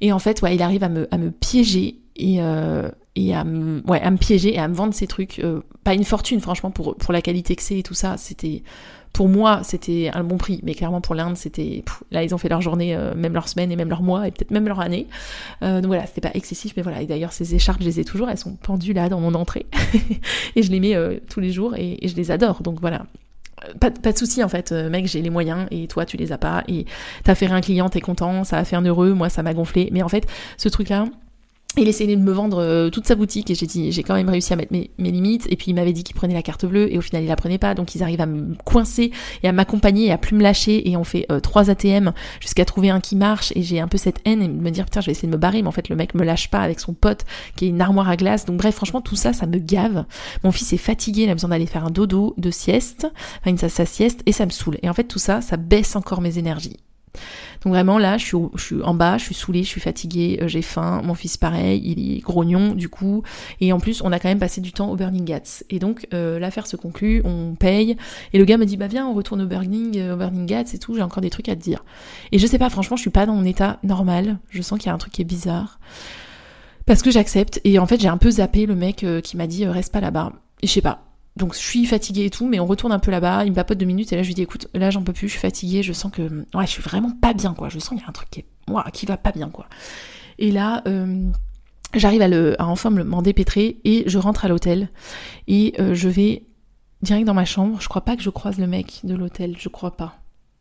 Et en fait, ouais, il arrive à me piéger et à me piéger et à me vendre ces trucs. Pas une fortune, franchement, pour la qualité que c'est et tout ça. Pour moi, c'était un bon prix. Mais clairement, pour l'Inde, là, ils ont fait leur journée, même leur semaine et même leur mois et peut-être même leur année. Donc voilà, c'était pas excessif. Mais voilà, et d'ailleurs, ces écharpes, je les ai toujours. Elles sont pendues là dans mon entrée. Et je les mets tous les jours et je les adore. Donc voilà. Pas de souci en fait, mec, j'ai les moyens et toi tu les as pas, et t'as fait un client, t'es content, ça a fait un heureux, moi ça m'a gonflé. Mais en fait, ce truc-là, il essayait de me vendre toute sa boutique et j'ai quand même réussi à mettre mes limites. Et puis il m'avait dit qu'il prenait la carte bleue et au final il la prenait pas, donc ils arrivent à me coincer et à m'accompagner et à plus me lâcher, et on fait 3 ATM jusqu'à trouver un qui marche, et j'ai un peu cette haine et me dire putain je vais essayer de me barrer, mais en fait le mec me lâche pas avec son pote qui est une armoire à glace. Donc bref, franchement tout ça me gave. Mon fils est fatigué, il a besoin d'aller faire un dodo de sieste, enfin sa sieste, et ça me saoule. Et en fait tout ça baisse encore mes énergies. Donc vraiment là, je suis en bas, je suis saoulée, je suis fatiguée, j'ai faim, mon fils pareil, il est grognon du coup, et en plus on a quand même passé du temps au Burning Ghats. Et donc l'affaire se conclut, on paye, et le gars me dit bah viens on retourne au Burning Ghats et tout, j'ai encore des trucs à te dire. Et je sais pas, franchement je suis pas dans mon état normal, je sens qu'il y a un truc qui est bizarre, parce que j'accepte, et en fait j'ai un peu zappé le mec qui m'a dit reste pas là-bas, et je sais pas. Donc je suis fatiguée et tout, mais on retourne un peu là-bas, il me papote 2 minutes, et là je lui dis écoute, là j'en peux plus, je suis fatiguée, je sens que ouais, je suis vraiment pas bien quoi, je sens qu'il y a un truc qui va pas bien quoi. Et là j'arrive à enfin m'en dépêtrer, et je rentre à l'hôtel, et je vais direct dans ma chambre. Je crois pas que je croise le mec de l'hôtel, je crois pas.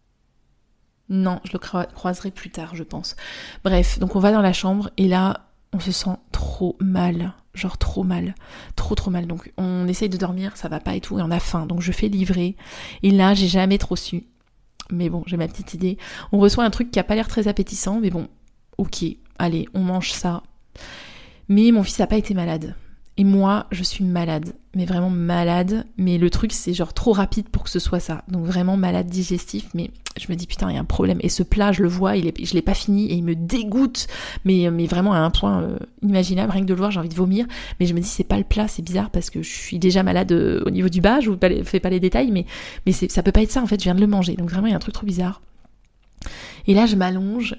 Non, je le croiserai plus tard, je pense. Bref, donc on va dans la chambre, et là on se sent trop mal, genre trop mal. Donc on essaye de dormir, ça va pas et tout, et on a faim, donc je fais livrer. Et là, j'ai jamais trop su. Mais bon, j'ai ma petite idée. On reçoit un truc qui a pas l'air très appétissant, mais bon, ok, allez, on mange ça. Mais mon fils a pas été malade. Et moi, je suis malade, mais vraiment malade. Mais le truc, c'est genre trop rapide pour que ce soit ça. Donc vraiment malade digestif, mais je me dis putain, il y a un problème. Et ce plat, je le vois, je l'ai pas fini et il me dégoûte, mais vraiment à un point inimaginable. Rien que de le voir, j'ai envie de vomir. Mais je me dis c'est pas le plat, c'est bizarre parce que je suis déjà malade au niveau du bas. Je vous fais pas les détails, mais ça peut pas être ça en fait. Je viens de le manger, donc vraiment il y a un truc trop bizarre. Et là, je m'allonge.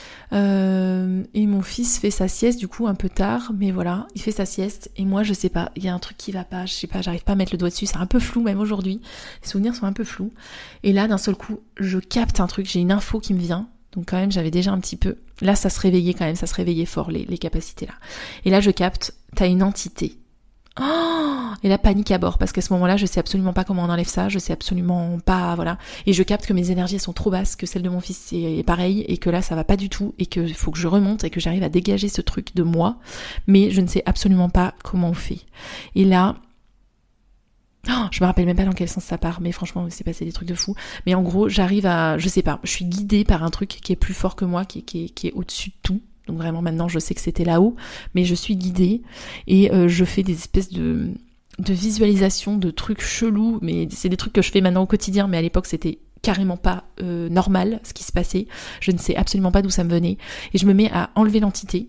Et mon fils fait sa sieste du coup un peu tard, mais voilà, il fait sa sieste, et moi je sais pas, il y a un truc qui va pas, je sais pas, j'arrive pas à mettre le doigt dessus, c'est un peu flou même aujourd'hui, les souvenirs sont un peu flous, et là d'un seul coup je capte un truc, j'ai une info qui me vient, donc quand même j'avais déjà un petit peu, là ça se réveillait quand même, ça se réveillait fort les capacités là, et là je capte, t'as une entité. Oh, et la panique à bord, parce qu'à ce moment-là, je sais absolument pas comment on enlève ça, je sais absolument pas, voilà. Et je capte que mes énergies sont trop basses, que celles de mon fils est pareil, et que là, ça va pas du tout, et qu'il faut que je remonte, et que j'arrive à dégager ce truc de moi, mais je ne sais absolument pas comment on fait. Et là, je me rappelle même pas dans quel sens ça part, mais franchement, il s'est passé des trucs de fou. Mais en gros, je sais pas, je suis guidée par un truc qui est plus fort que moi, qui est au-dessus de tout. Donc vraiment maintenant je sais que c'était là-haut, mais je suis guidée, et je fais des espèces de visualisation de trucs chelous, mais c'est des trucs que je fais maintenant au quotidien, mais à l'époque c'était carrément pas normal ce qui se passait, je ne sais absolument pas d'où ça me venait, et je me mets à enlever l'entité,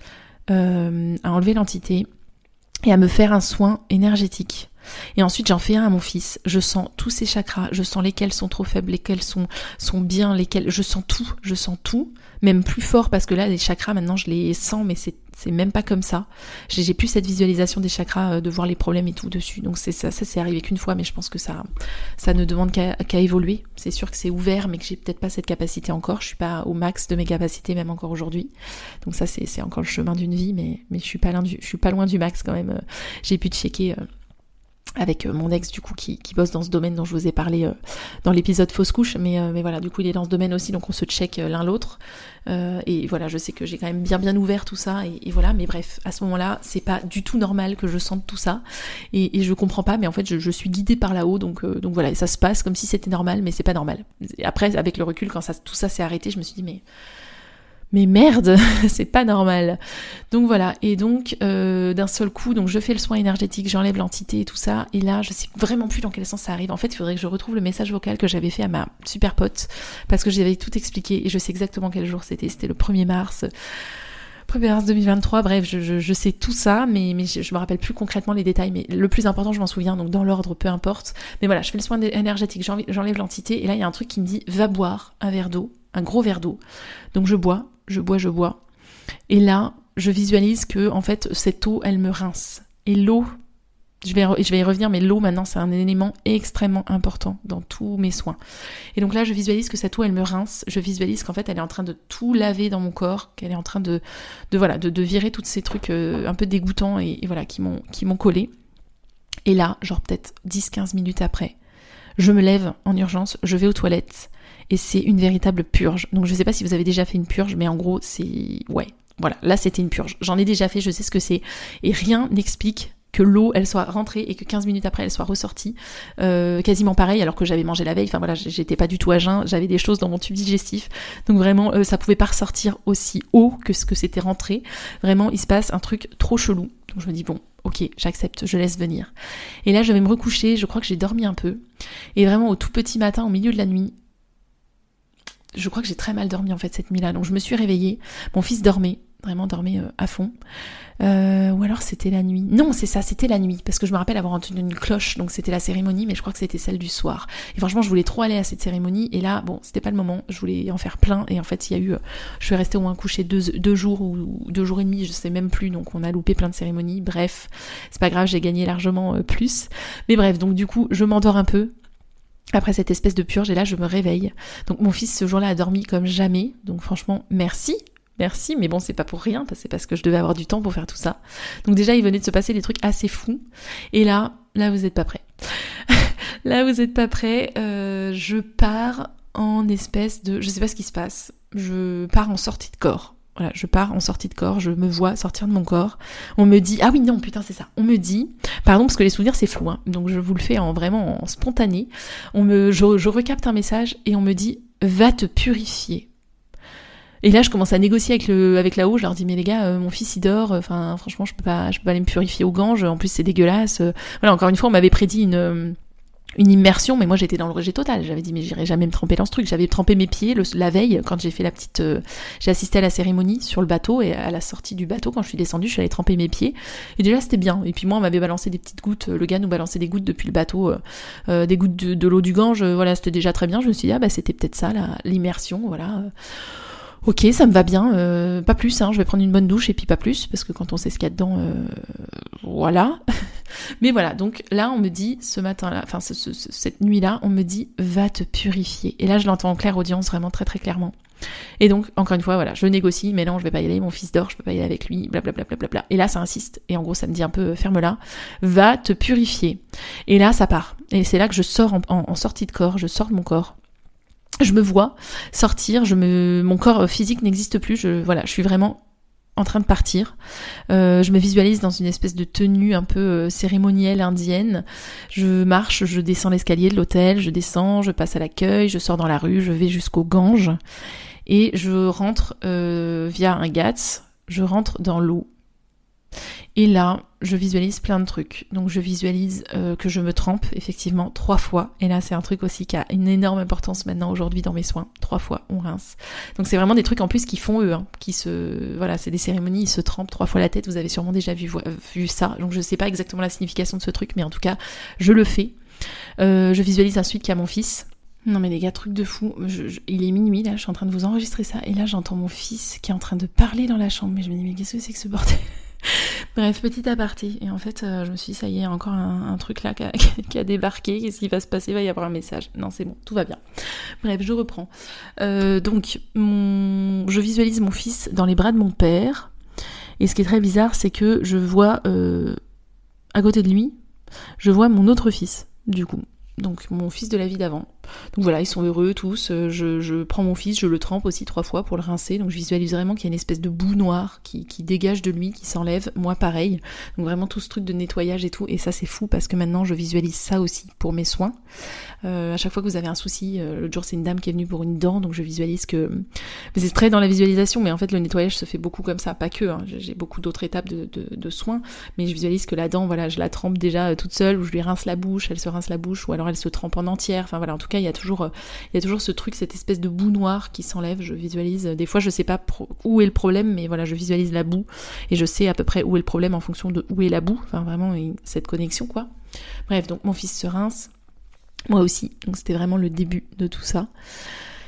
et à me faire un soin énergétique. Et ensuite j'en fais un à mon fils, je sens tous ses chakras, je sens lesquels sont trop faibles, lesquels sont bien, lesquels, je sens tout, même plus fort, parce que là les chakras maintenant je les sens, mais c'est même pas comme ça, j'ai plus cette visualisation des chakras, de voir les problèmes et tout dessus, donc c'est ça c'est arrivé qu'une fois, mais je pense que ça ne demande qu'à évoluer, c'est sûr que c'est ouvert, mais que j'ai peut-être pas cette capacité encore, je suis pas au max de mes capacités même encore aujourd'hui, donc ça c'est encore le chemin d'une vie, mais je suis pas loin du max quand même, j'ai pu checker avec mon ex du coup qui bosse dans ce domaine dont je vous ai parlé dans l'épisode fausse couche, mais voilà, du coup il est dans ce domaine aussi, donc on se check l'un l'autre, et voilà, je sais que j'ai quand même bien ouvert tout ça, et voilà, mais bref, à ce moment-là c'est pas du tout normal que je sente tout ça, et je comprends pas, mais en fait je suis guidée par là-haut, donc voilà, ça se passe comme si c'était normal, mais c'est pas normal. Et après avec le recul, quand tout ça s'est arrêté, je me suis dit mais merde, c'est pas normal. Donc voilà, et donc d'un seul coup, donc je fais le soin énergétique, j'enlève l'entité et tout ça, et là je sais vraiment plus dans quel sens ça arrive. En fait, il faudrait que je retrouve le message vocal que j'avais fait à ma super pote, parce que j'avais tout expliqué, et je sais exactement quel jour c'était le 1er mars 2023, bref, je sais tout ça, mais je me rappelle plus concrètement les détails, mais le plus important je m'en souviens, donc dans l'ordre peu importe, mais voilà, je fais le soin énergétique, j'enlève l'entité, et là il y a un truc qui me dit va boire un verre d'eau, un gros verre d'eau, donc je bois, Et là, je visualise que en fait cette eau, elle me rince. Et l'eau, je vais y revenir, mais l'eau maintenant c'est un élément extrêmement important dans tous mes soins. Et donc là, je visualise que cette eau, elle me rince. Je visualise qu'en fait, elle est en train de tout laver dans mon corps, qu'elle est en train de virer tous ces trucs un peu dégoûtants et voilà qui m'ont collé. Et là, genre peut-être 10-15 minutes après, je me lève en urgence, je vais aux toilettes et c'est une véritable purge. Donc je sais pas si vous avez déjà fait une purge, mais en gros c'est... Ouais, voilà, là c'était une purge. J'en ai déjà fait, je sais ce que c'est. Et rien n'explique que l'eau, elle soit rentrée et que 15 minutes après, elle soit ressortie. Quasiment pareil, alors que j'avais mangé la veille. Enfin voilà, j'étais pas du tout à jeun, j'avais des choses dans mon tube digestif. Donc vraiment, ça pouvait pas ressortir aussi haut que ce que c'était rentré. Vraiment, il se passe un truc trop chelou. Donc je me dis, bon, ok, j'accepte, je laisse venir. Et là, je vais me recoucher, je crois que j'ai dormi un peu. Et vraiment, au tout petit matin, au milieu de la nuit, je crois que j'ai très mal dormi en fait cette nuit-là. Donc je me suis réveillée, mon fils dormait, vraiment dormait à fond. Ou alors c'était la nuit. Non, c'est ça, c'était la nuit. Parce que je me rappelle avoir entendu une cloche, donc c'était la cérémonie, mais je crois que c'était celle du soir. Et franchement, je voulais trop aller à cette cérémonie. Et là, bon, c'était pas le moment, je voulais en faire plein. Et en fait, il y a eu... je suis restée au moins couchée 2 jours ou 2 jours et demi, je sais même plus. Donc on a loupé plein de cérémonies. Bref, c'est pas grave, j'ai gagné largement plus. Mais bref, donc du coup, je m'endors un peu après cette espèce de purge, et là je me réveille. Donc mon fils ce jour-là a dormi comme jamais, donc franchement merci, mais bon c'est pas pour rien, c'est parce que je devais avoir du temps pour faire tout ça. Donc déjà il venait de se passer des trucs assez fous, et là vous êtes pas prêts. Là vous êtes pas prêts, je pars en espèce de... Je sais pas ce qui se passe, je pars en sortie de corps. Voilà, je pars en sortie de corps, je me vois sortir de mon corps. On me dit, ah oui non putain c'est ça, on me dit, pardon parce que les souvenirs c'est flou, hein, donc je vous le fais vraiment en spontané. Je recapte un message et on me dit, va te purifier. Et là je commence à négocier avec là-haut, je leur dis mais les gars, mon fils il dort, enfin franchement je peux pas aller me purifier aux Ganges, en plus c'est dégueulasse. Voilà, encore une fois on m'avait prédit une immersion, mais moi j'étais dans le rejet total. J'avais dit mais j'irai jamais me tremper dans ce truc. J'avais trempé mes pieds la veille quand j'ai fait la petite... j'ai assisté à la cérémonie sur le bateau, et à la sortie du bateau, quand je suis descendue, je suis allée tremper mes pieds. Et déjà c'était bien. Et puis moi on m'avait balancé des petites gouttes, le gars nous balançait des gouttes depuis le bateau, des gouttes de l'eau du Gange, voilà, c'était déjà très bien. Je me suis dit ah bah c'était peut-être ça l'immersion, voilà. Ok, ça me va bien, pas plus, hein, je vais prendre une bonne douche et puis pas plus, parce que quand on sait ce qu'il y a dedans, voilà. Mais voilà, donc là on me dit, ce matin-là, enfin cette nuit-là, on me dit, va te purifier. Et là je l'entends en claire audience, vraiment très très clairement. Et donc, encore une fois, voilà, je négocie, mais non, je vais pas y aller, mon fils dort, je peux pas y aller avec lui, blablabla. Et là ça insiste, et en gros ça me dit un peu, ferme-la, va te purifier. Et là ça part. Et c'est là que je sors en sortie de corps, je sors de mon corps. Je me vois sortir, mon corps physique n'existe plus, je suis vraiment en train de partir. Je me visualise dans une espèce de tenue un peu cérémonielle indienne. Je marche, je descends l'escalier de l'hôtel, je descends, je passe à l'accueil, je sors dans la rue, je vais jusqu'au Ganges et je rentre via un ghats, je rentre dans l'eau. Et là, je visualise plein de trucs. Donc je visualise que je me trempe effectivement 3 fois. Et là, c'est un truc aussi qui a une énorme importance maintenant aujourd'hui dans mes soins. 3 fois, on rince. Donc c'est vraiment des trucs en plus qui font eux, hein, voilà, c'est des cérémonies, ils se trempent 3 fois la tête. Vous avez sûrement déjà vu ça. Donc je sais pas exactement la signification de ce truc, mais en tout cas, je le fais. Je visualise ensuite qu'il y a mon fils. Non mais les gars, truc de fou, il est minuit là, je suis en train de vous enregistrer ça, et là j'entends mon fils qui est en train de parler dans la chambre, mais je me dis mais qu'est-ce que c'est que ce bordel? Bref, petit aparté, et en fait je me suis dit ça y est, encore un truc là qui a débarqué, qu'est-ce qui va se passer? Il va y avoir un message. Non c'est bon, tout va bien. Bref, je reprends. Donc je visualise mon fils dans les bras de mon père, et ce qui est très bizarre c'est que je vois à côté de lui, je vois mon autre fils, du coup. Donc mon fils de la vie d'avant. Donc voilà, ils sont heureux tous, je prends mon fils, je le trempe aussi 3 fois pour le rincer, donc je visualise vraiment qu'il y a une espèce de boue noire qui dégage de lui, qui s'enlève, moi pareil, donc vraiment tout ce truc de nettoyage et tout, et ça c'est fou parce que maintenant je visualise ça aussi pour mes soins. À chaque fois que vous avez un souci, l'autre jour c'est une dame qui est venue pour une dent, donc je visualise que... C'est très dans la visualisation, mais en fait le nettoyage se fait beaucoup comme ça, pas que, hein. J'ai beaucoup d'autres étapes de soins, mais je visualise que la dent, voilà, je la trempe déjà toute seule, ou je lui rince la bouche, elle se rince la bouche, ou alors elle se trempe en entière, enfin voilà, en tout cas il y a toujours ce truc, cette espèce de boue noire qui s'enlève. Je visualise, des fois je sais pas où est le problème, mais voilà, je visualise la boue et je sais à peu près où est le problème en fonction de où est la boue, enfin vraiment cette connexion quoi. Bref, donc mon fils se rince, moi aussi, donc c'était vraiment le début de tout ça.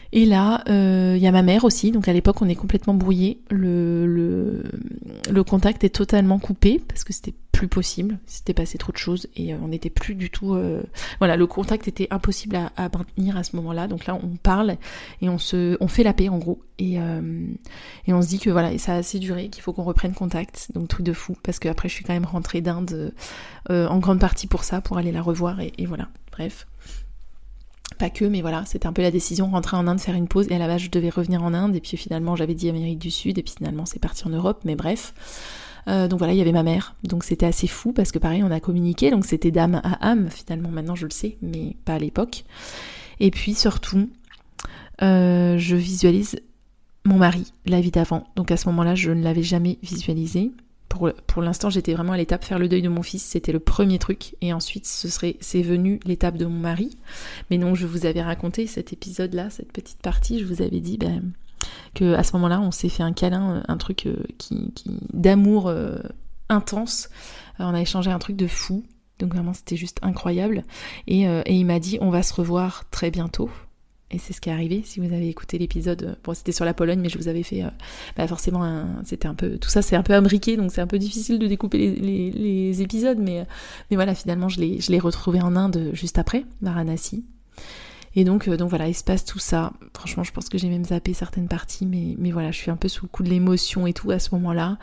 Et là, y a ma mère aussi, donc à l'époque on est complètement brouillé, le contact est totalement coupé, parce que c'était plus possible, c'était passé trop de choses, et on n'était plus du tout... Voilà, le contact était impossible à maintenir à ce moment-là, donc là on parle, et on fait la paix en gros, et on se dit que voilà, et ça a assez duré, qu'il faut qu'on reprenne contact, donc truc de fou, parce qu'après je suis quand même rentrée d'Inde en grande partie pour ça, pour aller la revoir, et voilà, bref. Pas que, mais voilà, c'était un peu la décision, rentrer en Inde, faire une pause, et à la base je devais revenir en Inde, et puis finalement j'avais dit Amérique du Sud, et puis finalement c'est parti en Europe, mais bref. Donc voilà, il y avait ma mère, donc c'était assez fou, parce que pareil, on a communiqué, donc c'était d'âme à âme, finalement, maintenant je le sais, mais pas à l'époque. Et puis surtout, je visualise mon mari, la vie d'avant, donc à ce moment-là, je ne l'avais jamais visualisé. Pour l'instant, j'étais vraiment à l'étape faire le deuil de mon fils, c'était le premier truc, et ensuite c'est venu l'étape de mon mari. Mais non, je vous avais raconté cet épisode-là, cette petite partie, je vous avais dit que à ce moment-là, on s'est fait un câlin, un truc d'amour intense. On a échangé un truc de fou, donc vraiment c'était juste incroyable. Et il m'a dit, on va se revoir très bientôt. Et c'est ce qui est arrivé, si vous avez écouté l'épisode, bon c'était sur la Pologne, mais je vous avais fait, forcément, c'était un peu, tout ça c'est un peu imbriqué, donc c'est un peu difficile de découper les épisodes, mais voilà, finalement je l'ai retrouvé en Inde juste après, Varanasi. Et donc voilà, il se passe tout ça. Franchement, je pense que j'ai même zappé certaines parties, mais voilà, je suis un peu sous le coup de l'émotion et tout à ce moment-là.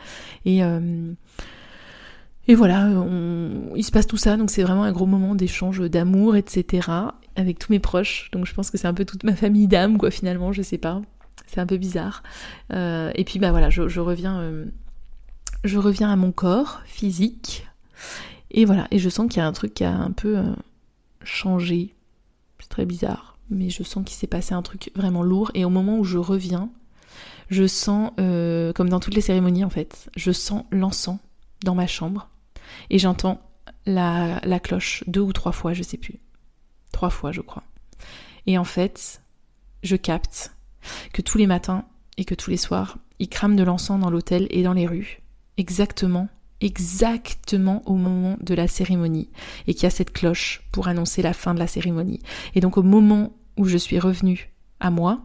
Et voilà, il se passe tout ça, donc c'est vraiment un gros moment d'échange d'amour, etc. avec tous mes proches. Donc je pense que c'est un peu toute ma famille d'âme, quoi, finalement, je sais pas. C'est un peu bizarre. Et puis voilà, je reviens à mon corps physique. Et voilà, et je sens qu'il y a un truc qui a un peu changé. C'est très bizarre, mais je sens qu'il s'est passé un truc vraiment lourd. Et au moment où je reviens, je sens, comme dans toutes les cérémonies en fait, je sens l'encens dans ma chambre. Et j'entends la cloche 2 ou 3 fois, je sais plus. 3 fois, je crois. Et en fait, je capte que tous les matins et que tous les soirs, ils crament de l'encens dans l'hôtel et dans les rues. Exactement au moment de la cérémonie. Et qu'il y a cette cloche pour annoncer la fin de la cérémonie. Et donc au moment où je suis revenue à moi,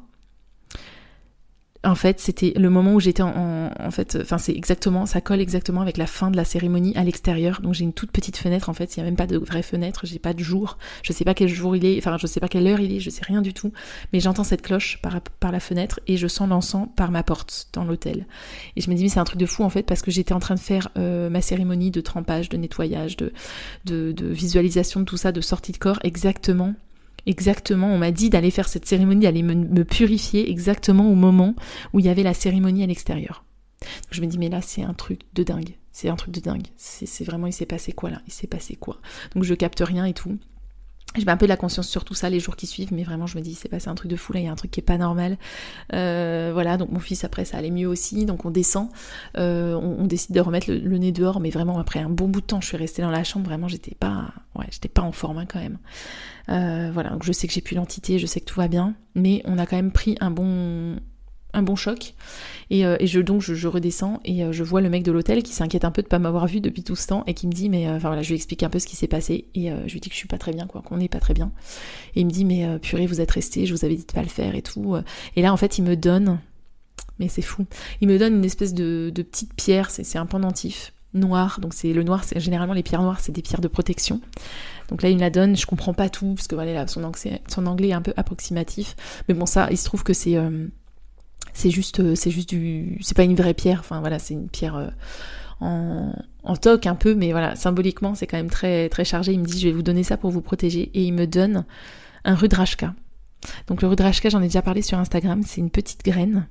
en fait, c'était le moment où j'étais c'est exactement, ça colle exactement avec la fin de la cérémonie à l'extérieur. Donc j'ai une toute petite fenêtre, en fait, il n'y a même pas de vraie fenêtre, j'ai pas de jour, je sais pas quel jour il est, je sais pas quelle heure il est, je sais rien du tout, mais j'entends cette cloche par la fenêtre et je sens l'encens par ma porte dans l'hôtel. Et je me dis, mais c'est un truc de fou, en fait, parce que j'étais en train de faire ma cérémonie de trempage, de nettoyage, de visualisation de tout ça, de sortie de corps, exactement, on m'a dit d'aller faire cette cérémonie, d'aller me purifier exactement au moment où il y avait la cérémonie à l'extérieur. Donc je me dis, mais là c'est un truc de dingue, c'est vraiment, il s'est passé quoi là, donc je capte rien et tout. Je mets un peu de la conscience sur tout ça les jours qui suivent, mais vraiment je me dis, il s'est passé un truc de fou là, il y a un truc qui est pas normal. Voilà, donc mon fils après ça allait mieux aussi, donc on descend, on décide de remettre le nez dehors, mais vraiment après un bon bout de temps, je suis restée dans la chambre, vraiment j'étais pas en forme quand même. Voilà, donc je sais que j'ai plus l'entité, je sais que tout va bien, mais on a quand même pris un bon choc, et je redescends et je vois le mec de l'hôtel qui s'inquiète un peu de pas m'avoir vu depuis tout ce temps et qui me dit, mais je lui explique un peu ce qui s'est passé et je lui dis que je suis pas très bien, quoi, qu'on n'est pas très bien, et il me dit, mais purée, vous êtes restés, je vous avais dit de pas le faire et tout, et là en fait il me donne, mais c'est fou, il me donne une espèce de petite pierre, c'est un pendentif noir, donc c'est le noir, c'est généralement les pierres noires, c'est des pierres de protection. Donc là il me la donne, je comprends pas tout parce que voilà, là, son anglais est un peu approximatif, mais bon, ça il se trouve que c'est juste c'est pas une vraie pierre, enfin voilà, c'est une pierre en toc un peu, mais voilà, symboliquement c'est quand même très très chargé. Il me dit, je vais vous donner ça pour vous protéger, et il me donne un rudrashka. Donc le rudrashka, j'en ai déjà parlé sur Instagram, c'est une petite graine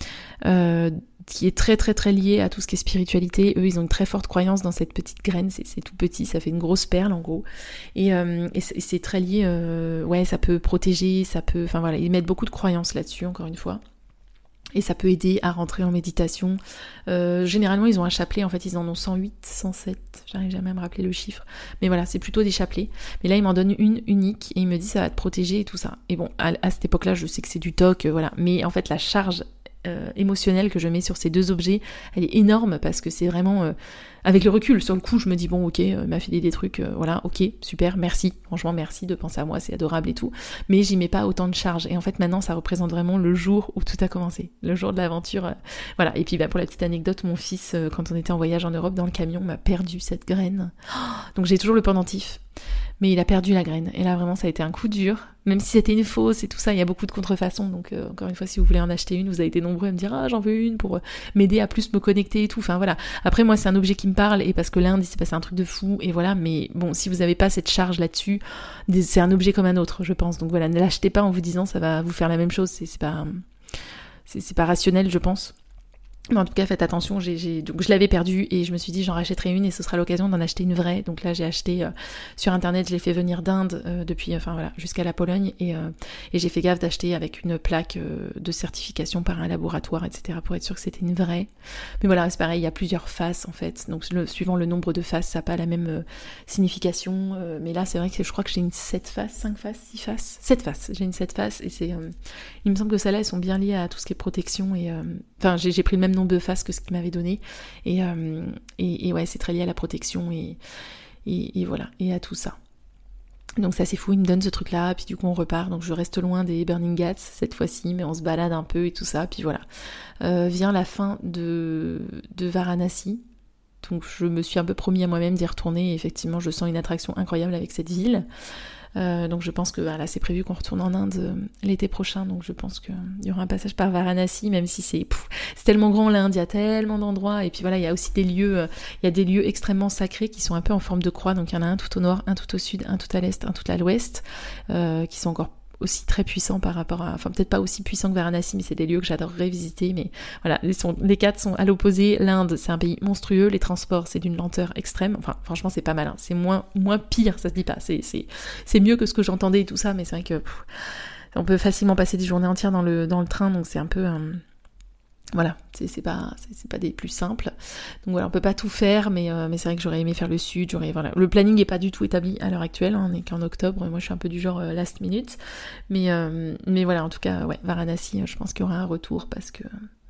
qui est très très très liée à tout ce qui est spiritualité. Eux, ils ont une très forte croyance dans cette petite graine, c'est tout petit, ça fait une grosse perle en gros, et c'est très lié, ça peut protéger, ça peut, enfin voilà, ils mettent beaucoup de croyances là-dessus, encore une fois. Et ça peut aider à rentrer en méditation. Généralement, ils ont un chapelet. En fait, ils en ont 108, 107. J'arrive jamais à me rappeler le chiffre. Mais voilà, c'est plutôt des chapelets. Mais là, il m'en donne une unique. Et il me dit, ça va te protéger et tout ça. Et bon, à cette époque-là, je sais que c'est du toc, voilà. Mais en fait, la charge émotionnelle que je mets sur ces 2 objets, elle est énorme parce que c'est vraiment... avec le recul, sur le coup, je me dis, bon, ok, m'a filé des trucs, voilà, ok, super, merci, franchement, merci de penser à moi, c'est adorable et tout, mais j'y mets pas autant de charge. Et en fait, maintenant, ça représente vraiment le jour où tout a commencé, le jour de l'aventure. Voilà, et puis pour la petite anecdote, mon fils, quand on était en voyage en Europe, dans le camion, m'a perdu cette graine. Donc j'ai toujours le pendentif, mais il a perdu la graine. Et là, vraiment, ça a été un coup dur, même si c'était une fausse et tout ça, il y a beaucoup de contrefaçons, donc encore une fois, si vous voulez en acheter une, vous avez été nombreux à me dire, ah, j'en veux une pour m'aider à plus me connecter et tout, enfin voilà. Après, moi, c'est un objet qui me parle, et parce que l'Inde, il s'est passé un truc de fou, et voilà, mais bon, si vous n'avez pas cette charge là-dessus, c'est un objet comme un autre, je pense, donc voilà, ne l'achetez pas en vous disant, ça va vous faire la même chose, c'est pas rationnel, je pense. Mais en tout cas, faites attention, donc je l'avais perdu et je me suis dit j'en rachèterai une et ce sera l'occasion d'en acheter une vraie. Donc là, j'ai acheté sur internet, je l'ai fait venir d'Inde depuis, enfin voilà, jusqu'à la Pologne et j'ai fait gaffe d'acheter avec une plaque de certification par un laboratoire, etc. pour être sûr que c'était une vraie. Mais voilà, c'est pareil, il y a plusieurs faces en fait. Donc suivant le nombre de faces, ça n'a pas la même signification. Mais là, c'est vrai que je crois que j'ai une 7 faces, 5 faces, 6 faces, 7 faces. J'ai une 7 faces et il me semble que celles-là, elles sont bien liées à tout ce qui est protection et enfin, j'ai pris le même nombre de faces que ce qu'il m'avait donné et ouais, c'est très lié à la protection et voilà, et à tout ça. Donc ça c'est fou, il me donne ce truc là, puis du coup on repart, donc je reste loin des Burning Ghats cette fois-ci, mais on se balade un peu et tout ça, puis voilà. Vient la fin de Varanasi, donc je me suis un peu promis à moi-même d'y retourner, et effectivement je sens une attraction incroyable avec cette ville. Donc je pense que là c'est prévu qu'on retourne en Inde l'été prochain, donc je pense qu'il y aura un passage par Varanasi, même si c'est tellement grand l'Inde, il y a tellement d'endroits, et puis voilà, il y a aussi des lieux, il y a des lieux extrêmement sacrés qui sont un peu en forme de croix, donc il y en a un tout au nord, un tout au sud, un tout à l'est, un tout à l'ouest, qui sont encore aussi très puissants par rapport à... Enfin, peut-être pas aussi puissants que Varanasi, mais c'est des lieux que j'adorerais visiter, mais voilà, les 4 sont à l'opposé. L'Inde, c'est un pays monstrueux, les transports, c'est d'une lenteur extrême, enfin, franchement, c'est pas mal, hein. C'est moins pire, ça se dit pas, c'est mieux que ce que j'entendais et tout ça, mais c'est vrai que on peut facilement passer des journées entières dans le train, donc c'est un peu... Voilà, c'est pas des plus simples. Donc voilà, on peut pas tout faire, mais c'est vrai que j'aurais aimé faire le sud, voilà. Le planning est pas du tout établi à l'heure actuelle, hein, on est qu'en octobre, moi je suis un peu du genre last minute. Mais voilà, en tout cas, ouais, Varanasi, je pense qu'il y aura un retour parce qu'il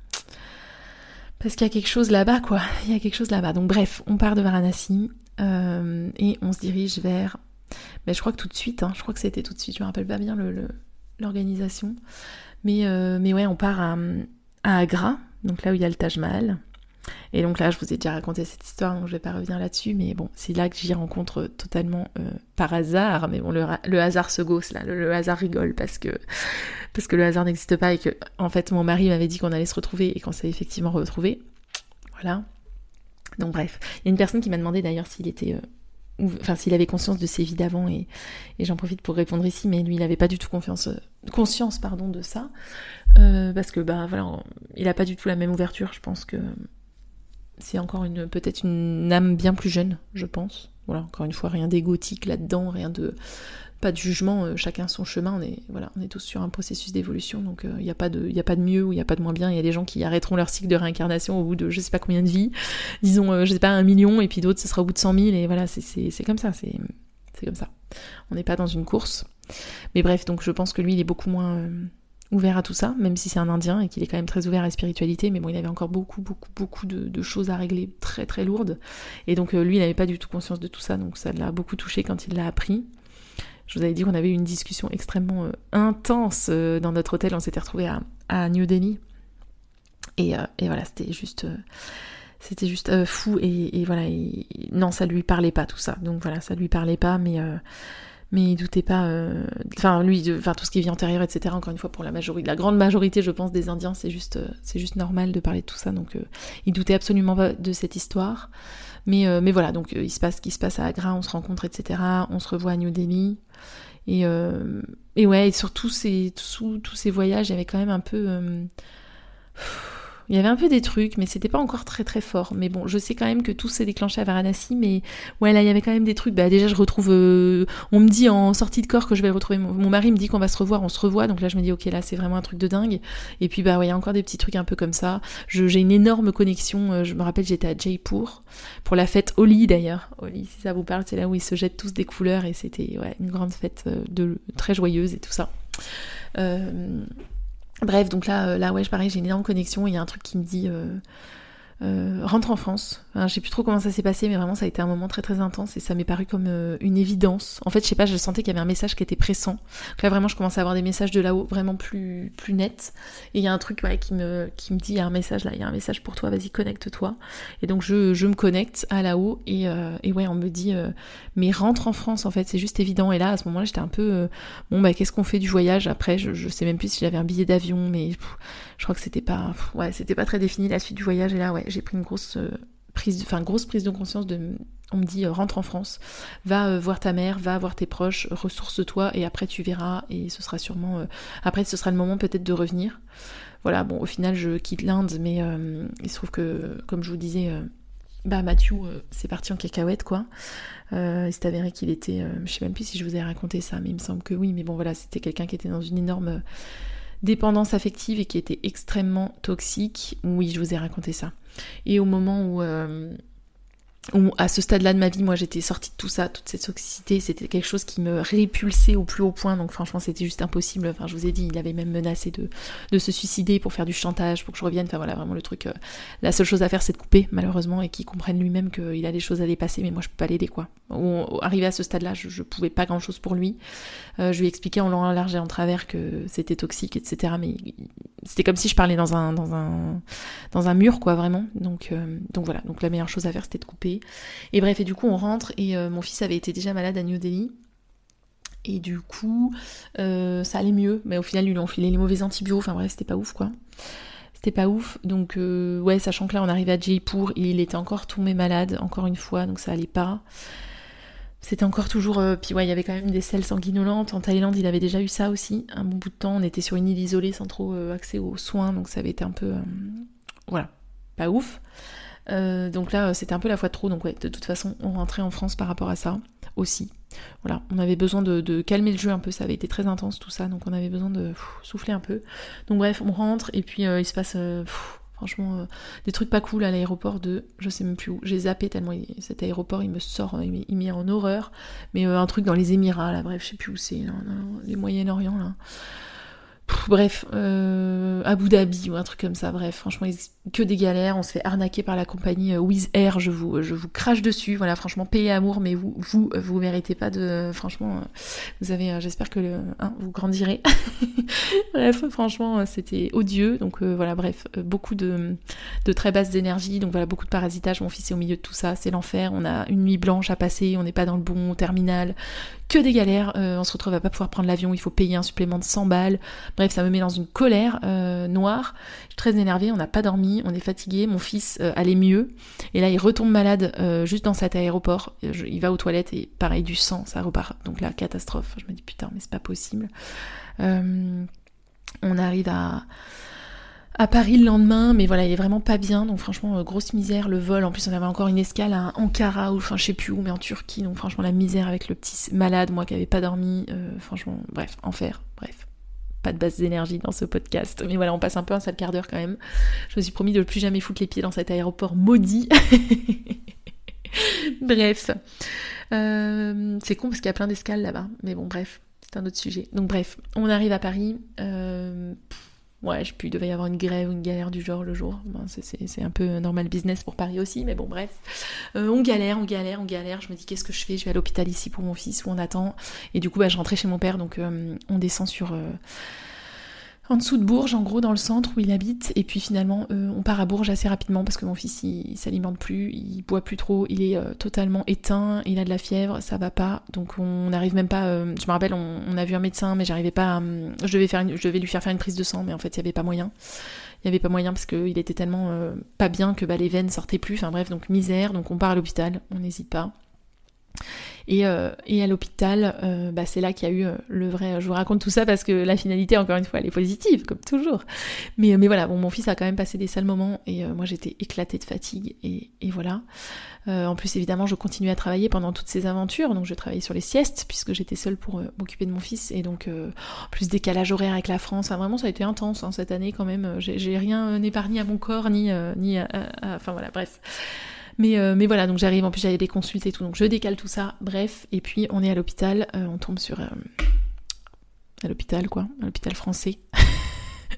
y a quelque chose là-bas, quoi. Il y a quelque chose là-bas. Donc bref, on part de Varanasi et on se dirige vers... Mais je crois que tout de suite, hein, je crois que c'était tout de suite, je me rappelle pas bien l'organisation. Mais ouais, on part à Agra, donc là où il y a le Taj Mahal. Et donc là, je vous ai déjà raconté cette histoire, donc je vais pas revenir là-dessus, mais bon, c'est là que j'y rencontre totalement par hasard, mais bon, le hasard se gausse là, le hasard rigole parce que le hasard n'existe pas et que, en fait, mon mari m'avait dit qu'on allait se retrouver et qu'on s'est effectivement retrouvé. Voilà. Donc bref, il y a une personne qui m'a demandé d'ailleurs s'il était... s'il avait conscience de ses vies d'avant et j'en profite pour répondre ici, mais lui il n'avait pas du tout conscience de ça parce que voilà, il a pas du tout la même ouverture. Je pense que c'est encore peut-être une âme bien plus jeune, je pense. Voilà, encore une fois, rien d'égotique là-dedans, pas de jugement, chacun son chemin, on est tous sur un processus d'évolution, donc il n'y a pas de mieux ou il n'y a pas de moins bien. Il y a des gens qui arrêteront leur cycle de réincarnation au bout de je sais pas combien de vies, disons je sais pas 1 million, et puis d'autres ce sera au bout de 100 000, et voilà, c'est comme ça, c'est comme ça. On n'est pas dans une course. Mais bref, donc je pense que lui il est beaucoup moins ouvert à tout ça, même si c'est un Indien et qu'il est quand même très ouvert à la spiritualité, mais bon, il avait encore beaucoup de choses à régler très très lourdes, et donc lui il n'avait pas du tout conscience de tout ça, donc ça l'a beaucoup touché quand il l'a appris. Je vous avais dit qu'on avait eu une discussion extrêmement intense dans notre hôtel, on s'était retrouvés à New Delhi, et voilà, c'était juste fou, et voilà, non, ça lui parlait pas tout ça, donc voilà, ça lui parlait pas, mais il doutait pas, lui, tout ce qui est vie antérieure, etc., encore une fois, pour la grande majorité, je pense, des Indiens, c'est juste normal de parler de tout ça, donc il doutait absolument pas de cette histoire, mais voilà, donc il se passe ce qui se passe à Agra, on se rencontre, etc., on se revoit à New Delhi, et ouais, et sur tous ces voyages, il y avait quand même un peu... il y avait un peu des trucs, mais c'était pas encore très très fort. Mais bon, je sais quand même que tout s'est déclenché à Varanasi, mais ouais, là il y avait quand même des trucs. Bah déjà je retrouve, on me dit en sortie de corps que je vais retrouver mon mari me dit qu'on va se revoir, on se revoit, donc là je me dis ok, là c'est vraiment un truc de dingue. Et puis bah ouais, il y a encore des petits trucs un peu comme ça. J'ai une énorme connexion, je me rappelle j'étais à Jaipur pour la fête Holi d'ailleurs. Holi, si ça vous parle, c'est là où ils se jettent tous des couleurs, et c'était une grande fête très joyeuse et tout ça. Bref, donc là ouais, pareil, j'ai une énorme connexion. Il y a un truc qui me dit rentre en France. Enfin, je sais plus trop comment ça s'est passé, mais vraiment ça a été un moment très très intense et ça m'est paru comme une évidence. En fait, je sais pas, je sentais qu'il y avait un message qui était pressant. Donc là vraiment, je commençais à avoir des messages de là-haut vraiment plus nets. Et il y a un truc ouais, qui me dit, il y a un message là, il y a un message pour toi, vas-y connecte-toi. Et donc je me connecte à là-haut et ouais, on me dit mais rentre en France en fait, c'est juste évident. Et là à ce moment-là, j'étais un peu bon bah qu'est-ce qu'on fait du voyage après, je sais même plus si j'avais un billet d'avion, mais je crois que c'était pas très défini la suite du voyage. Et là ouais, j'ai pris une grosse prise de conscience on me dit rentre en France, va voir ta mère, va voir tes proches, ressource-toi et après tu verras et ce sera sûrement après ce sera le moment peut-être de revenir. Voilà, bon au final je quitte l'Inde mais il se trouve que comme je vous disais Mathieu c'est parti en cacahuète quoi. Il s'est avéré qu'il était je sais même plus si je vous ai raconté ça mais il me semble que oui, mais bon voilà, c'était quelqu'un qui était dans une énorme dépendance affective et qui était extrêmement toxique. Oui, je vous ai raconté ça. Et au moment où à ce stade-là de ma vie, moi j'étais sortie de tout ça, toute cette toxicité, c'était quelque chose qui me répulsait au plus haut point, donc franchement c'était juste impossible. Enfin je vous ai dit, il avait même menacé de se suicider pour faire du chantage, pour que je revienne, enfin voilà, vraiment le truc, la seule chose à faire c'est de couper malheureusement et qu'il comprenne lui-même qu'il a des choses à dépasser, mais moi je peux pas l'aider quoi. Arrivé à ce stade-là, je pouvais pas grand-chose pour lui. Je lui ai expliqué en long, en large et en travers que c'était toxique, etc. Mais c'était comme si je parlais dans un mur quoi vraiment. Donc voilà, donc la meilleure chose à faire c'était de couper. Et bref, et du coup on rentre et mon fils avait été déjà malade à New Delhi. Et du coup ça allait mieux, mais au final ils lui ont filé les mauvais antibiotiques, enfin bref c'était pas ouf quoi. C'était pas ouf, donc ouais, sachant que là on arrivait à Jaipur et il était encore tombé malade encore une fois, donc ça allait pas. C'était encore toujours... puis ouais, il y avait quand même des selles sanguinolentes. En Thaïlande, il avait déjà eu ça aussi. Un bon bout de temps, on était sur une île isolée sans trop accès aux soins. Donc ça avait été un peu... voilà, pas ouf. Donc là, c'était un peu la fois de trop. Donc ouais, de toute façon, on rentrait en France par rapport à ça aussi. Voilà, on avait besoin de calmer le jeu un peu. Ça avait été très intense tout ça. Donc on avait besoin de souffler un peu. Donc bref, on rentre et puis il se passe... franchement, des trucs pas cool à l'aéroport de... Je sais même plus où. J'ai zappé tellement cet aéroport, il me sort, il met en horreur. Mais un truc dans les Émirats, là, bref, je sais plus où c'est, là, les Moyen-Orient, là. Bref, Abu Dhabi ou un truc comme ça, bref, franchement, que des galères, on se fait arnaquer par la compagnie Wizz Air, je vous crache dessus, voilà, franchement, payez amour, mais vous méritez pas de, franchement, vous avez, j'espère que vous grandirez. Bref, franchement, c'était odieux, donc voilà, bref, beaucoup de très basses énergies, donc voilà, beaucoup de parasitage, mon fils est au milieu de tout ça, c'est l'enfer, on a une nuit blanche à passer, on n'est pas dans le bon terminal, que des galères, on se retrouve à pas pouvoir prendre l'avion, il faut payer un supplément de 100 balles, bref, ça me met dans une colère noire, je suis très énervée, on n'a pas dormi, on est fatigué, mon fils allait mieux, et là il retombe malade juste dans cet aéroport, il va aux toilettes et pareil, du sang, ça repart, donc là, catastrophe, je me dis putain, mais c'est pas possible. On arrive à Paris le lendemain, mais voilà, il est vraiment pas bien, donc franchement, grosse misère, le vol, en plus on avait encore une escale à Ankara, ou enfin je sais plus où, mais en Turquie, donc franchement la misère avec le petit malade, moi qui avait pas dormi, franchement, bref, enfer, bref. Pas de basse d'énergie dans ce podcast, mais voilà, on passe un peu un sale quart d'heure quand même. Je me suis promis de ne plus jamais foutre les pieds dans cet aéroport maudit. Bref, c'est con parce qu'il y a plein d'escales là-bas, mais bon bref, c'est un autre sujet. Donc bref, on arrive à Paris, ouais, je sais plus, il devait y avoir une grève ou une galère du genre le jour. Bon, c'est un peu normal business pour Paris aussi, mais bon, bref. On galère. Je me dis, qu'est-ce que je fais ? Je vais à l'hôpital ici pour mon fils, où on attend. Et du coup, je rentrais chez mon père, donc on descend sur... en dessous de Bourges, en gros, dans le centre où il habite. Et puis finalement, on part à Bourges assez rapidement parce que mon fils, il s'alimente plus, il boit plus trop, il est totalement éteint, il a de la fièvre, ça va pas. Donc on n'arrive même pas... je me rappelle, on a vu un médecin, mais j'arrivais pas à... Je devais lui faire une prise de sang, mais en fait, il y avait pas moyen. Il y avait pas moyen parce qu'il était tellement pas bien que les veines sortaient plus. Enfin bref, donc misère. Donc on part à l'hôpital, on n'hésite pas. Et à l'hôpital, c'est là qu'il y a eu le vrai... Je vous raconte tout ça parce que la finalité, encore une fois, elle est positive, comme toujours. Mais voilà, bon, mon fils a quand même passé des sales moments et moi j'étais éclatée de fatigue et voilà. En plus, évidemment, je continuais à travailler pendant toutes ces aventures, donc je travaillais sur les siestes puisque j'étais seule pour m'occuper de mon fils et donc plus décalage horaire avec la France. Enfin, vraiment, ça a été intense cette année quand même. J'ai rien épargné à mon corps ni enfin voilà, bref. Mais voilà, donc j'arrive, en plus j'avais des consultes et tout, donc je décale tout ça, bref, et puis on est à l'hôpital, on tombe sur... à l'hôpital quoi, à l'hôpital français.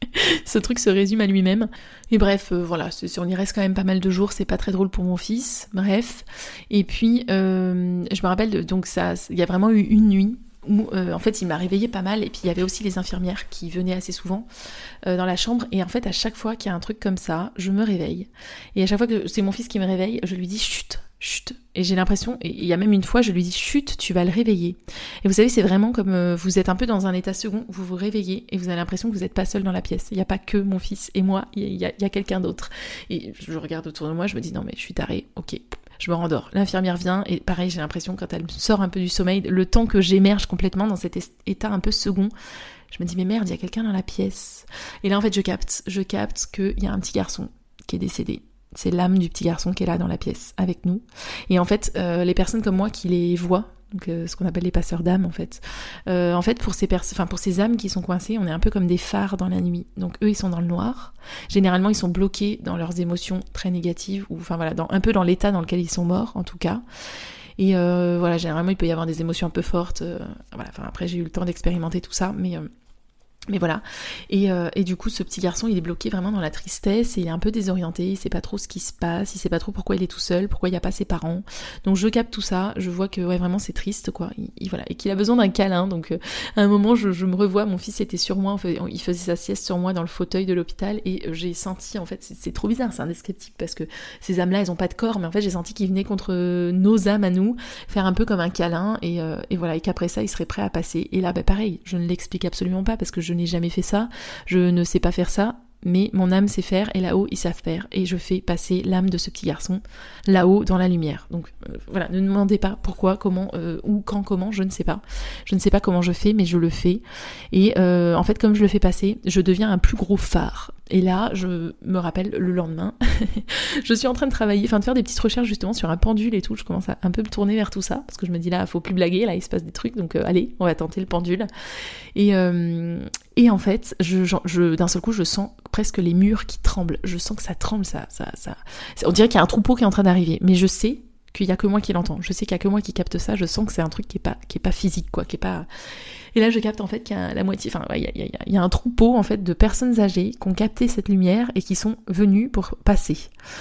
Ce truc se résume à lui-même. Et bref, voilà, on y reste quand même pas mal de jours, c'est pas très drôle pour mon fils, bref. Et puis, je me rappelle, donc ça, il y a vraiment eu une nuit où, en fait, il m'a réveillée pas mal, et puis il y avait aussi les infirmières qui venaient assez souvent dans la chambre, et en fait, à chaque fois qu'il y a un truc comme ça, je me réveille. Et à chaque fois que c'est mon fils qui me réveille, je lui dis « chut ». Chut. Et j'ai l'impression, et il y a même une fois, je lui dis chut, tu vas le réveiller. Et vous savez, c'est vraiment comme vous êtes un peu dans un état second, vous vous réveillez et vous avez l'impression que vous n'êtes pas seul dans la pièce. Il n'y a pas que mon fils et moi, il y a quelqu'un d'autre. Et je regarde autour de moi, je me dis non mais je suis tarée, ok. Je me rendors. L'infirmière vient et pareil, j'ai l'impression quand elle me sort un peu du sommeil, le temps que j'émerge complètement dans cet état un peu second, je me dis mais merde, il y a quelqu'un dans la pièce. Et là en fait je capte qu'il y a un petit garçon qui est décédé. C'est l'âme du petit garçon qui est là dans la pièce avec nous. Et en fait, les personnes comme moi qui les voient, donc ce qu'on appelle les passeurs d'âmes en fait pour ces âmes qui sont coincées, on est un peu comme des phares dans la nuit. Donc eux ils sont dans le noir. Généralement ils sont bloqués dans leurs émotions très négatives ou un peu dans l'état dans lequel ils sont morts en tout cas. Et voilà, généralement il peut y avoir des émotions un peu fortes. Après j'ai eu le temps d'expérimenter tout ça, mais voilà, et du coup ce petit garçon il est bloqué vraiment dans la tristesse et il est un peu désorienté, il sait pas trop ce qui se passe, il sait pas trop pourquoi il est tout seul, pourquoi il y a pas ses parents. Donc je capte tout ça, je vois que ouais vraiment c'est triste quoi, voilà, et qu'il a besoin d'un câlin. Donc à un moment je me revois, mon fils était sur moi, il faisait sa sieste sur moi dans le fauteuil de l'hôpital et j'ai senti en fait, c'est trop bizarre, c'est indescriptible parce que ces âmes là elles ont pas de corps, mais en fait j'ai senti qu'ils venaient contre nos âmes à nous, faire un peu comme un câlin et voilà, et qu'après ça ils seraient prêts à passer. Et là pareil, je ne l'explique absolument pas parce que je n'ai jamais fait ça, je ne sais pas faire ça, mais mon âme sait faire et là-haut ils savent faire et je fais passer l'âme de ce petit garçon là-haut dans la lumière. Donc voilà, ne demandez pas pourquoi, comment, où, quand, comment, je ne sais pas comment je fais, mais je le fais et en fait comme je le fais passer, je deviens un plus gros phare. Et là, je me rappelle le lendemain, je suis en train de faire des petites recherches justement sur un pendule et tout. Je commence à un peu me tourner vers tout ça parce que je me dis là, faut plus blaguer, là il se passe des trucs, donc allez, on va tenter le pendule. Et en fait, d'un seul coup, je sens presque les murs qui tremblent. Je sens que ça tremble, ça. On dirait qu'il y a un troupeau qui est en train d'arriver, mais je sais qu'il y a que moi qui l'entends. Je sais qu'il y a que moi qui capte ça. Je sens que c'est un truc qui est pas physique, quoi, qui est pas. Et là, je capte en fait qu'il y a la moitié, il y a un troupeau en fait de personnes âgées qui ont capté cette lumière et qui sont venues pour passer.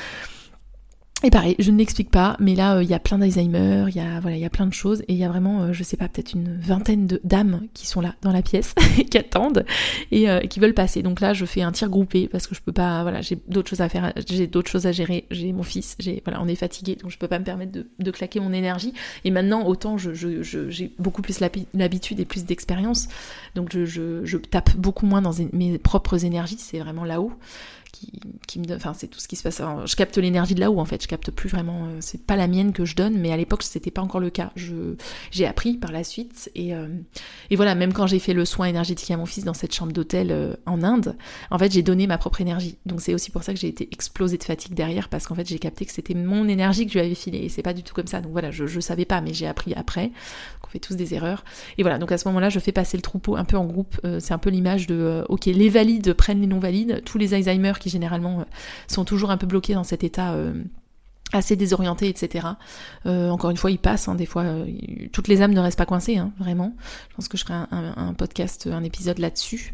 Et pareil, je ne l'explique pas, mais là, il y a plein d'Alzheimer, il y a plein de choses, et il y a vraiment, je sais pas, peut-être une vingtaine d'âmes qui sont là, dans la pièce, qui attendent, et qui veulent passer. Donc là, je fais un tir groupé, parce que je peux pas, voilà, j'ai d'autres choses à faire, j'ai d'autres choses à gérer, j'ai mon fils, on est fatigué, donc je peux pas me permettre de claquer mon énergie. Et maintenant, autant j'ai beaucoup plus l'habitude et plus d'expérience, donc je tape beaucoup moins dans mes propres énergies, c'est vraiment là-haut. Qui me donne, c'est tout ce qui se passe. Alors, je capte l'énergie de là-haut en fait, je capte plus vraiment, c'est pas la mienne que je donne, mais à l'époque c'était pas encore le cas. J'ai appris par la suite et voilà, même quand j'ai fait le soin énergétique à mon fils dans cette chambre d'hôtel en Inde, en fait j'ai donné ma propre énergie. Donc c'est aussi pour ça que j'ai été explosée de fatigue derrière, parce qu'en fait j'ai capté que c'était mon énergie que je lui avais filée et c'est pas du tout comme ça. Donc voilà, je savais pas, mais j'ai appris après. On fait tous des erreurs. Et voilà, donc à ce moment-là, je fais passer le troupeau un peu en groupe. C'est un peu l'image de, ok, les valides prennent les non-valides. Tous les Alzheimer qui généralement sont toujours un peu bloqués dans cet état assez désorienté, etc. Encore une fois, ils passent. Des fois, toutes les âmes ne restent pas coincées, vraiment. Je pense que je ferai un podcast, un épisode là-dessus.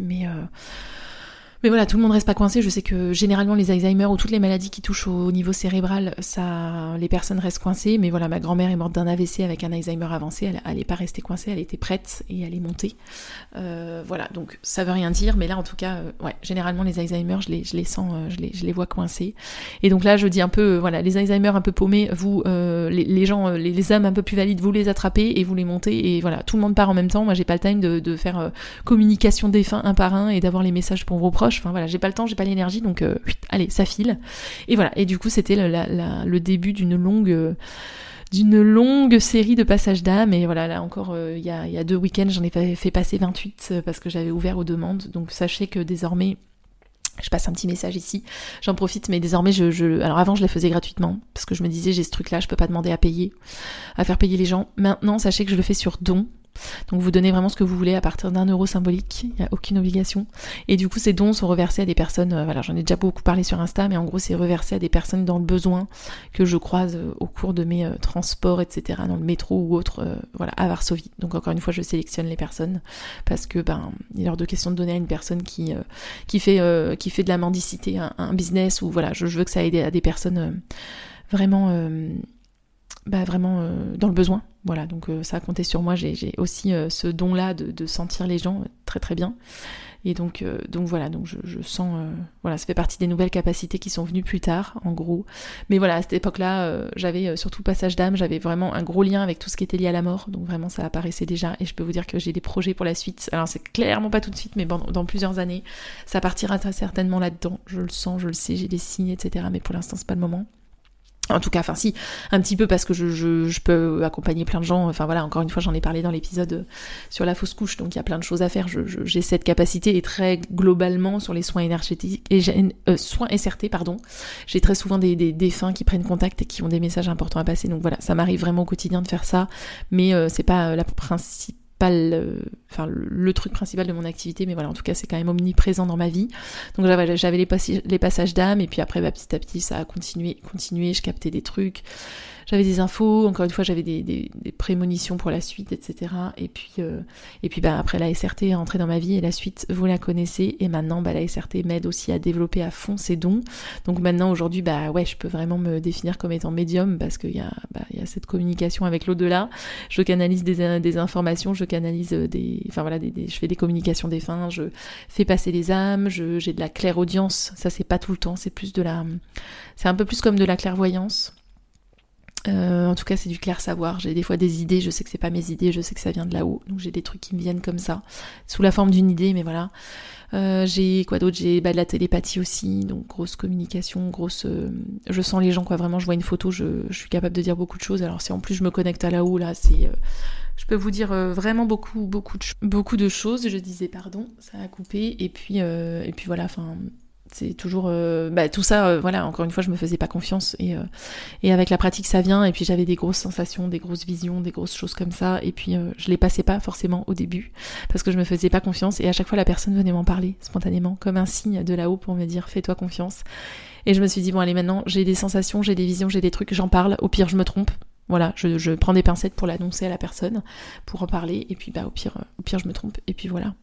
Mais voilà, tout le monde reste pas coincé. Je sais que généralement les Alzheimer ou toutes les maladies qui touchent au niveau cérébral, les personnes restent coincées. Mais voilà, ma grand-mère est morte d'un AVC avec un Alzheimer avancé. Elle est pas restée coincée, elle était prête et elle est montée. Voilà, donc ça veut rien dire. Mais là, en tout cas, généralement les Alzheimer, je les sens, je les vois coincés. Et donc là, je dis un peu, voilà, les Alzheimer un peu paumés, vous, les gens, les âmes un peu plus valides, vous les attrapez et vous les montez. Et voilà, tout le monde part en même temps. Moi, j'ai pas le time de faire communication défunt un par un et d'avoir les messages pour vos proches. Enfin voilà, j'ai pas le temps, j'ai pas l'énergie, donc allez, ça file. Et voilà, et du coup c'était le début d'une longue série de passages d'âme. Et voilà, là encore, il y a 2 week-ends, j'en ai fait passer 28 parce que j'avais ouvert aux demandes. Donc sachez que désormais, je passe un petit message ici, j'en profite, mais désormais alors avant je les faisais gratuitement, parce que je me disais j'ai ce truc là, je peux pas demander à faire payer les gens. Maintenant sachez que je le fais sur don. Donc vous donnez vraiment ce que vous voulez à partir d'1 € symbolique, il n'y a aucune obligation. Et du coup ces dons sont reversés à des personnes, voilà, j'en ai déjà beaucoup parlé sur Insta, mais en gros c'est reversé à des personnes dans le besoin que je croise au cours de mes transports, etc., dans le métro ou autre, voilà, à Varsovie. Donc encore une fois je sélectionne les personnes parce que il est hors de question de donner à une personne qui fait de la mendicité un business, ou voilà, je veux que ça aide à des personnes vraiment dans le besoin. Voilà, donc ça a compté sur moi. J'ai aussi ce don-là de sentir les gens très très bien. Et donc voilà, donc je sens, voilà, ça fait partie des nouvelles capacités qui sont venues plus tard, en gros. Mais voilà, à cette époque-là, j'avais surtout le passage d'âme, j'avais vraiment un gros lien avec tout ce qui était lié à la mort. Donc vraiment, ça apparaissait déjà. Et je peux vous dire que j'ai des projets pour la suite. Alors c'est clairement pas tout de suite, mais dans plusieurs années, ça partira très certainement là-dedans. Je le sens, je le sais, j'ai des signes, etc. Mais pour l'instant, c'est pas le moment. En tout cas, enfin si, un petit peu, parce que je peux accompagner plein de gens, enfin voilà, encore une fois j'en ai parlé dans l'épisode sur la fausse couche, donc il y a plein de choses à faire, j'ai cette capacité, et très globalement sur les soins énergétiques, et soins SRT, pardon, j'ai très souvent des défunts qui prennent contact et qui ont des messages importants à passer, donc voilà, ça m'arrive vraiment au quotidien de faire ça, mais c'est pas la principale, le truc principal de mon activité, mais voilà, en tout cas c'est quand même omniprésent dans ma vie. Donc j'avais les passages d'âme, et puis après petit à petit ça a continué, je captais des trucs, j'avais des infos, encore une fois j'avais des prémonitions pour la suite, etc. Et puis après la SRT est rentrée dans ma vie, et la suite vous la connaissez, et maintenant la SRT m'aide aussi à développer à fond ces dons. Donc maintenant aujourd'hui je peux vraiment me définir comme étant médium, parce qu'il y a cette communication avec l'au-delà, je canalise des informations, je canalise je fais des communications défunts, je fais passer les âmes, j'ai de la clairaudience, ça c'est pas tout le temps, c'est un peu plus comme de la clairvoyance. En tout cas c'est du clair savoir, j'ai des fois des idées, je sais que c'est pas mes idées, je sais que ça vient de là-haut, donc j'ai des trucs qui me viennent comme ça, sous la forme d'une idée, mais voilà. J'ai quoi d'autre, j'ai de la télépathie aussi, donc grosse communication, je sens les gens, quoi, vraiment je vois une photo, je suis capable de dire beaucoup de choses. Alors si en plus je me connecte à là-haut, là c'est je peux vous dire vraiment beaucoup de choses, je disais, pardon, ça a coupé, et puis voilà, enfin c'est toujours tout ça, voilà, encore une fois je me faisais pas confiance, et avec la pratique ça vient, et puis j'avais des grosses sensations, des grosses visions, des grosses choses comme ça, et puis je les passais pas forcément au début parce que je me faisais pas confiance, et à chaque fois la personne venait m'en parler spontanément comme un signe de là-haut pour me dire fais-toi confiance. Et je me suis dit bon allez, maintenant j'ai des sensations, j'ai des visions, j'ai des trucs, j'en parle, au pire je me trompe. Voilà, je prends des pincettes pour l'annoncer à la personne, pour en parler, et puis au pire je me trompe, et puis voilà.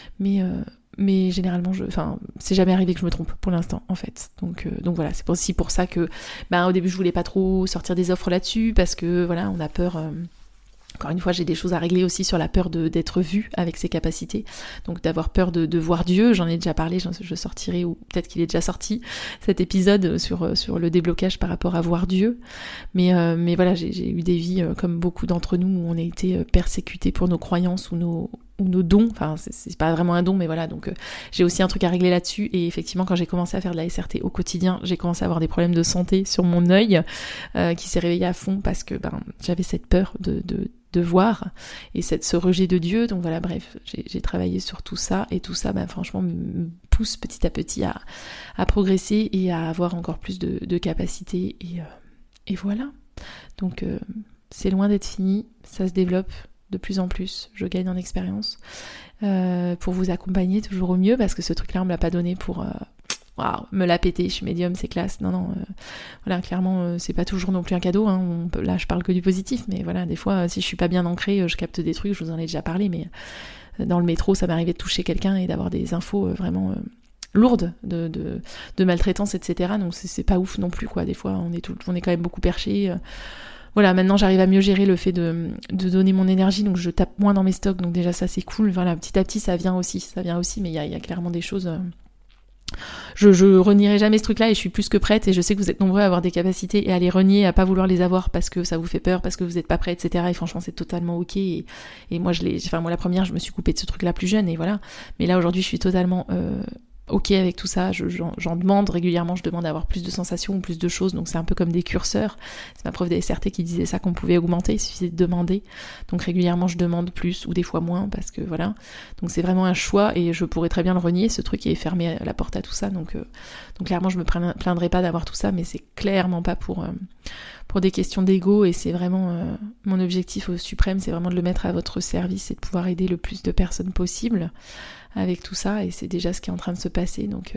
Mais généralement, c'est jamais arrivé que je me trompe pour l'instant, en fait. Donc voilà, c'est aussi pour ça que, au début, je voulais pas trop sortir des offres là-dessus, parce que voilà, on a peur. Encore une fois, j'ai des choses à régler aussi sur la peur d'être vue avec ses capacités, donc d'avoir peur de voir Dieu. J'en ai déjà parlé, je sortirai, ou peut-être qu'il est déjà sorti, cet épisode sur le déblocage par rapport à voir Dieu. Mais voilà, j'ai eu des vies comme beaucoup d'entre nous où on a été persécutés pour nos croyances ou nos dons, enfin c'est pas vraiment un don, mais voilà, donc j'ai aussi un truc à régler là-dessus. Et effectivement, quand j'ai commencé à faire de la SRT au quotidien, j'ai commencé à avoir des problèmes de santé sur mon œil qui s'est réveillé à fond, parce que j'avais cette peur de voir, et ce rejet de Dieu. Donc voilà, bref, j'ai travaillé sur tout ça, et tout ça franchement me pousse petit à petit à progresser et à avoir encore plus de capacités, et voilà. Donc c'est loin d'être fini, ça se développe de plus en plus, je gagne en expérience pour vous accompagner toujours au mieux, parce que ce truc-là on me l'a pas donné pour me la péter, je suis médium, c'est classe. Non, voilà, clairement c'est pas toujours non plus un cadeau, hein. Là je parle que du positif, mais voilà, des fois si je suis pas bien ancrée, je capte des trucs, je vous en ai déjà parlé, mais dans le métro ça m'arrivait de toucher quelqu'un et d'avoir des infos vraiment lourdes de maltraitance, etc. Donc c'est pas ouf non plus, quoi. Des fois on est quand même beaucoup perché. Voilà, maintenant j'arrive à mieux gérer le fait de donner mon énergie, donc je tape moins dans mes stocks, donc déjà ça c'est cool. Voilà, petit à petit ça vient aussi, mais il y a clairement des choses. Je renierai jamais ce truc-là, et je suis plus que prête, et je sais que vous êtes nombreux à avoir des capacités et à les renier, à pas vouloir les avoir parce que ça vous fait peur, parce que vous êtes pas prêts, etc. Et franchement c'est totalement ok, et moi moi la première je me suis coupée de ce truc-là plus jeune, et voilà. Mais là aujourd'hui je suis totalement ok avec tout ça, j'en demande régulièrement, je demande à avoir plus de sensations, plus de choses, donc c'est un peu comme des curseurs. C'est ma prof de SRT qui disait ça, qu'on pouvait augmenter, il suffisait de demander. Donc régulièrement je demande plus, ou des fois moins, parce que voilà. Donc c'est vraiment un choix, et je pourrais très bien le renier, ce truc, et fermer la porte à tout ça. Donc clairement je me plaindrai pas d'avoir tout ça, mais c'est clairement pas pour des questions d'ego, et c'est vraiment mon objectif au suprême, c'est vraiment de le mettre à votre service et de pouvoir aider le plus de personnes possible avec tout ça, et c'est déjà ce qui est en train de se passer, donc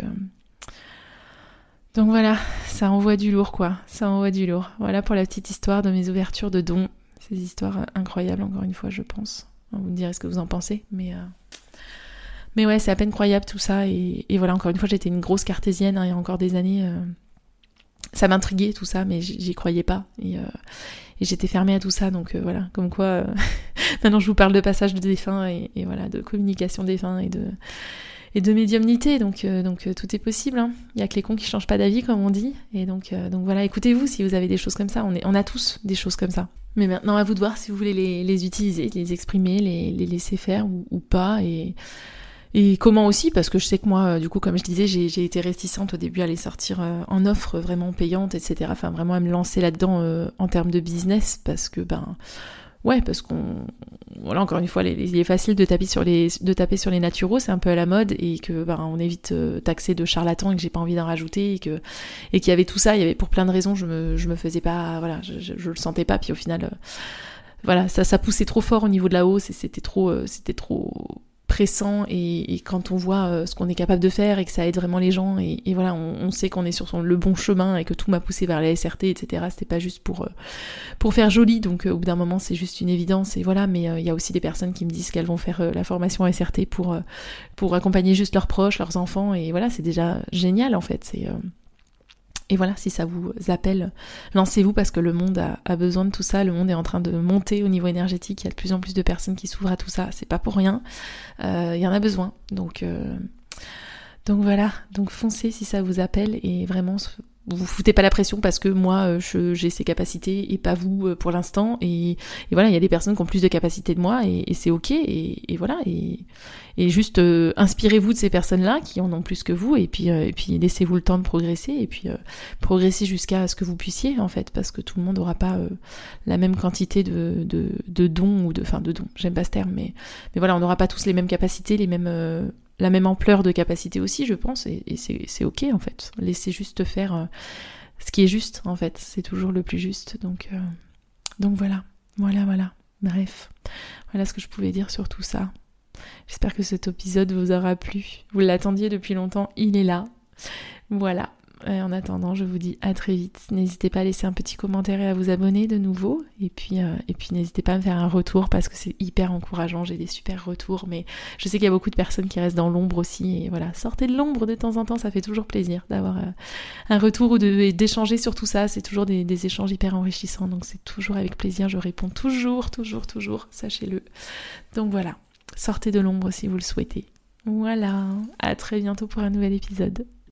voilà, ça envoie du lourd quoi, ça envoie du lourd. Voilà pour la petite histoire de mes ouvertures de dons, ces histoires incroyables encore une fois je pense. Vous me direz ce que vous en pensez, mais ouais, c'est à peine croyable tout ça, et voilà, encore une fois j'étais une grosse cartésienne, il y a encore des années, ça m'intriguait tout ça, mais j'y croyais pas, et j'étais fermée à tout ça, donc voilà, comme quoi maintenant je vous parle de passage de défunts, et voilà, de communication défunts, et de médiumnité, donc tout est possible, hein. Il y a que les cons qui changent pas d'avis comme on dit, et donc voilà, écoutez-vous si vous avez des choses comme ça, on a tous des choses comme ça. Mais maintenant à vous de voir si vous voulez les utiliser, les exprimer, les laisser faire ou pas, et comment aussi, parce que je sais que moi, du coup, comme je disais, j'ai été réticente au début à les sortir en offre vraiment payante, etc. Enfin, vraiment à me lancer là-dedans en termes de business, parce que, parce qu'on... Voilà, encore une fois, il est facile de taper sur les naturaux, c'est un peu à la mode, et que on est vite taxé de charlatan, et que j'ai pas envie d'en rajouter, et qu'il y avait tout ça, il y avait pour plein de raisons, je me faisais pas... Voilà, je le sentais pas, puis au final... voilà, ça poussait trop fort au niveau de la hausse, et c'était trop pressant, et quand on voit ce qu'on est capable de faire et que ça aide vraiment les gens, et voilà, on sait qu'on est sur le bon chemin, et que tout m'a poussé vers la SRT, etc. C'était pas juste pour faire joli, donc au bout d'un moment c'est juste une évidence, et voilà. Mais il y a aussi des personnes qui me disent qu'elles vont faire la formation SRT pour accompagner juste leurs proches, leurs enfants, et voilà, c'est déjà génial en fait. Et voilà, si ça vous appelle, lancez-vous, parce que le monde a besoin de tout ça, le monde est en train de monter au niveau énergétique, il y a de plus en plus de personnes qui s'ouvrent à tout ça, c'est pas pour rien, il y en a besoin, donc voilà, donc foncez si ça vous appelle, et vraiment vous foutez pas la pression, parce que moi j'ai ces capacités et pas vous pour l'instant, et voilà, il y a des personnes qui ont plus de capacités de moi, et c'est ok, et voilà, et juste inspirez-vous de ces personnes-là qui en ont plus que vous, et puis laissez-vous le temps de progresser, et puis progresser jusqu'à ce que vous puissiez en fait, parce que tout le monde n'aura pas la même quantité de dons, de dons, j'aime pas ce terme, mais voilà, on n'aura pas tous les mêmes capacités, la même ampleur de capacité aussi, je pense, et c'est ok en fait. Laissez juste faire ce qui est juste en fait, c'est toujours le plus juste, donc voilà. Bref, voilà ce que je pouvais dire sur tout ça. J'espère que cet épisode vous aura plu. Vous l'attendiez depuis longtemps, il est là. Voilà. En attendant, je vous dis à très vite. N'hésitez pas à laisser un petit commentaire et à vous abonner de nouveau. Et puis n'hésitez pas à me faire un retour, parce que c'est hyper encourageant. J'ai des super retours, mais je sais qu'il y a beaucoup de personnes qui restent dans l'ombre aussi. Et voilà, sortez de l'ombre de temps en temps, ça fait toujours plaisir d'avoir un retour ou d'échanger sur tout ça. C'est toujours des échanges hyper enrichissants. Donc c'est toujours avec plaisir. Je réponds toujours, sachez-le. Donc voilà, sortez de l'ombre si vous le souhaitez. Voilà, à très bientôt pour un nouvel épisode.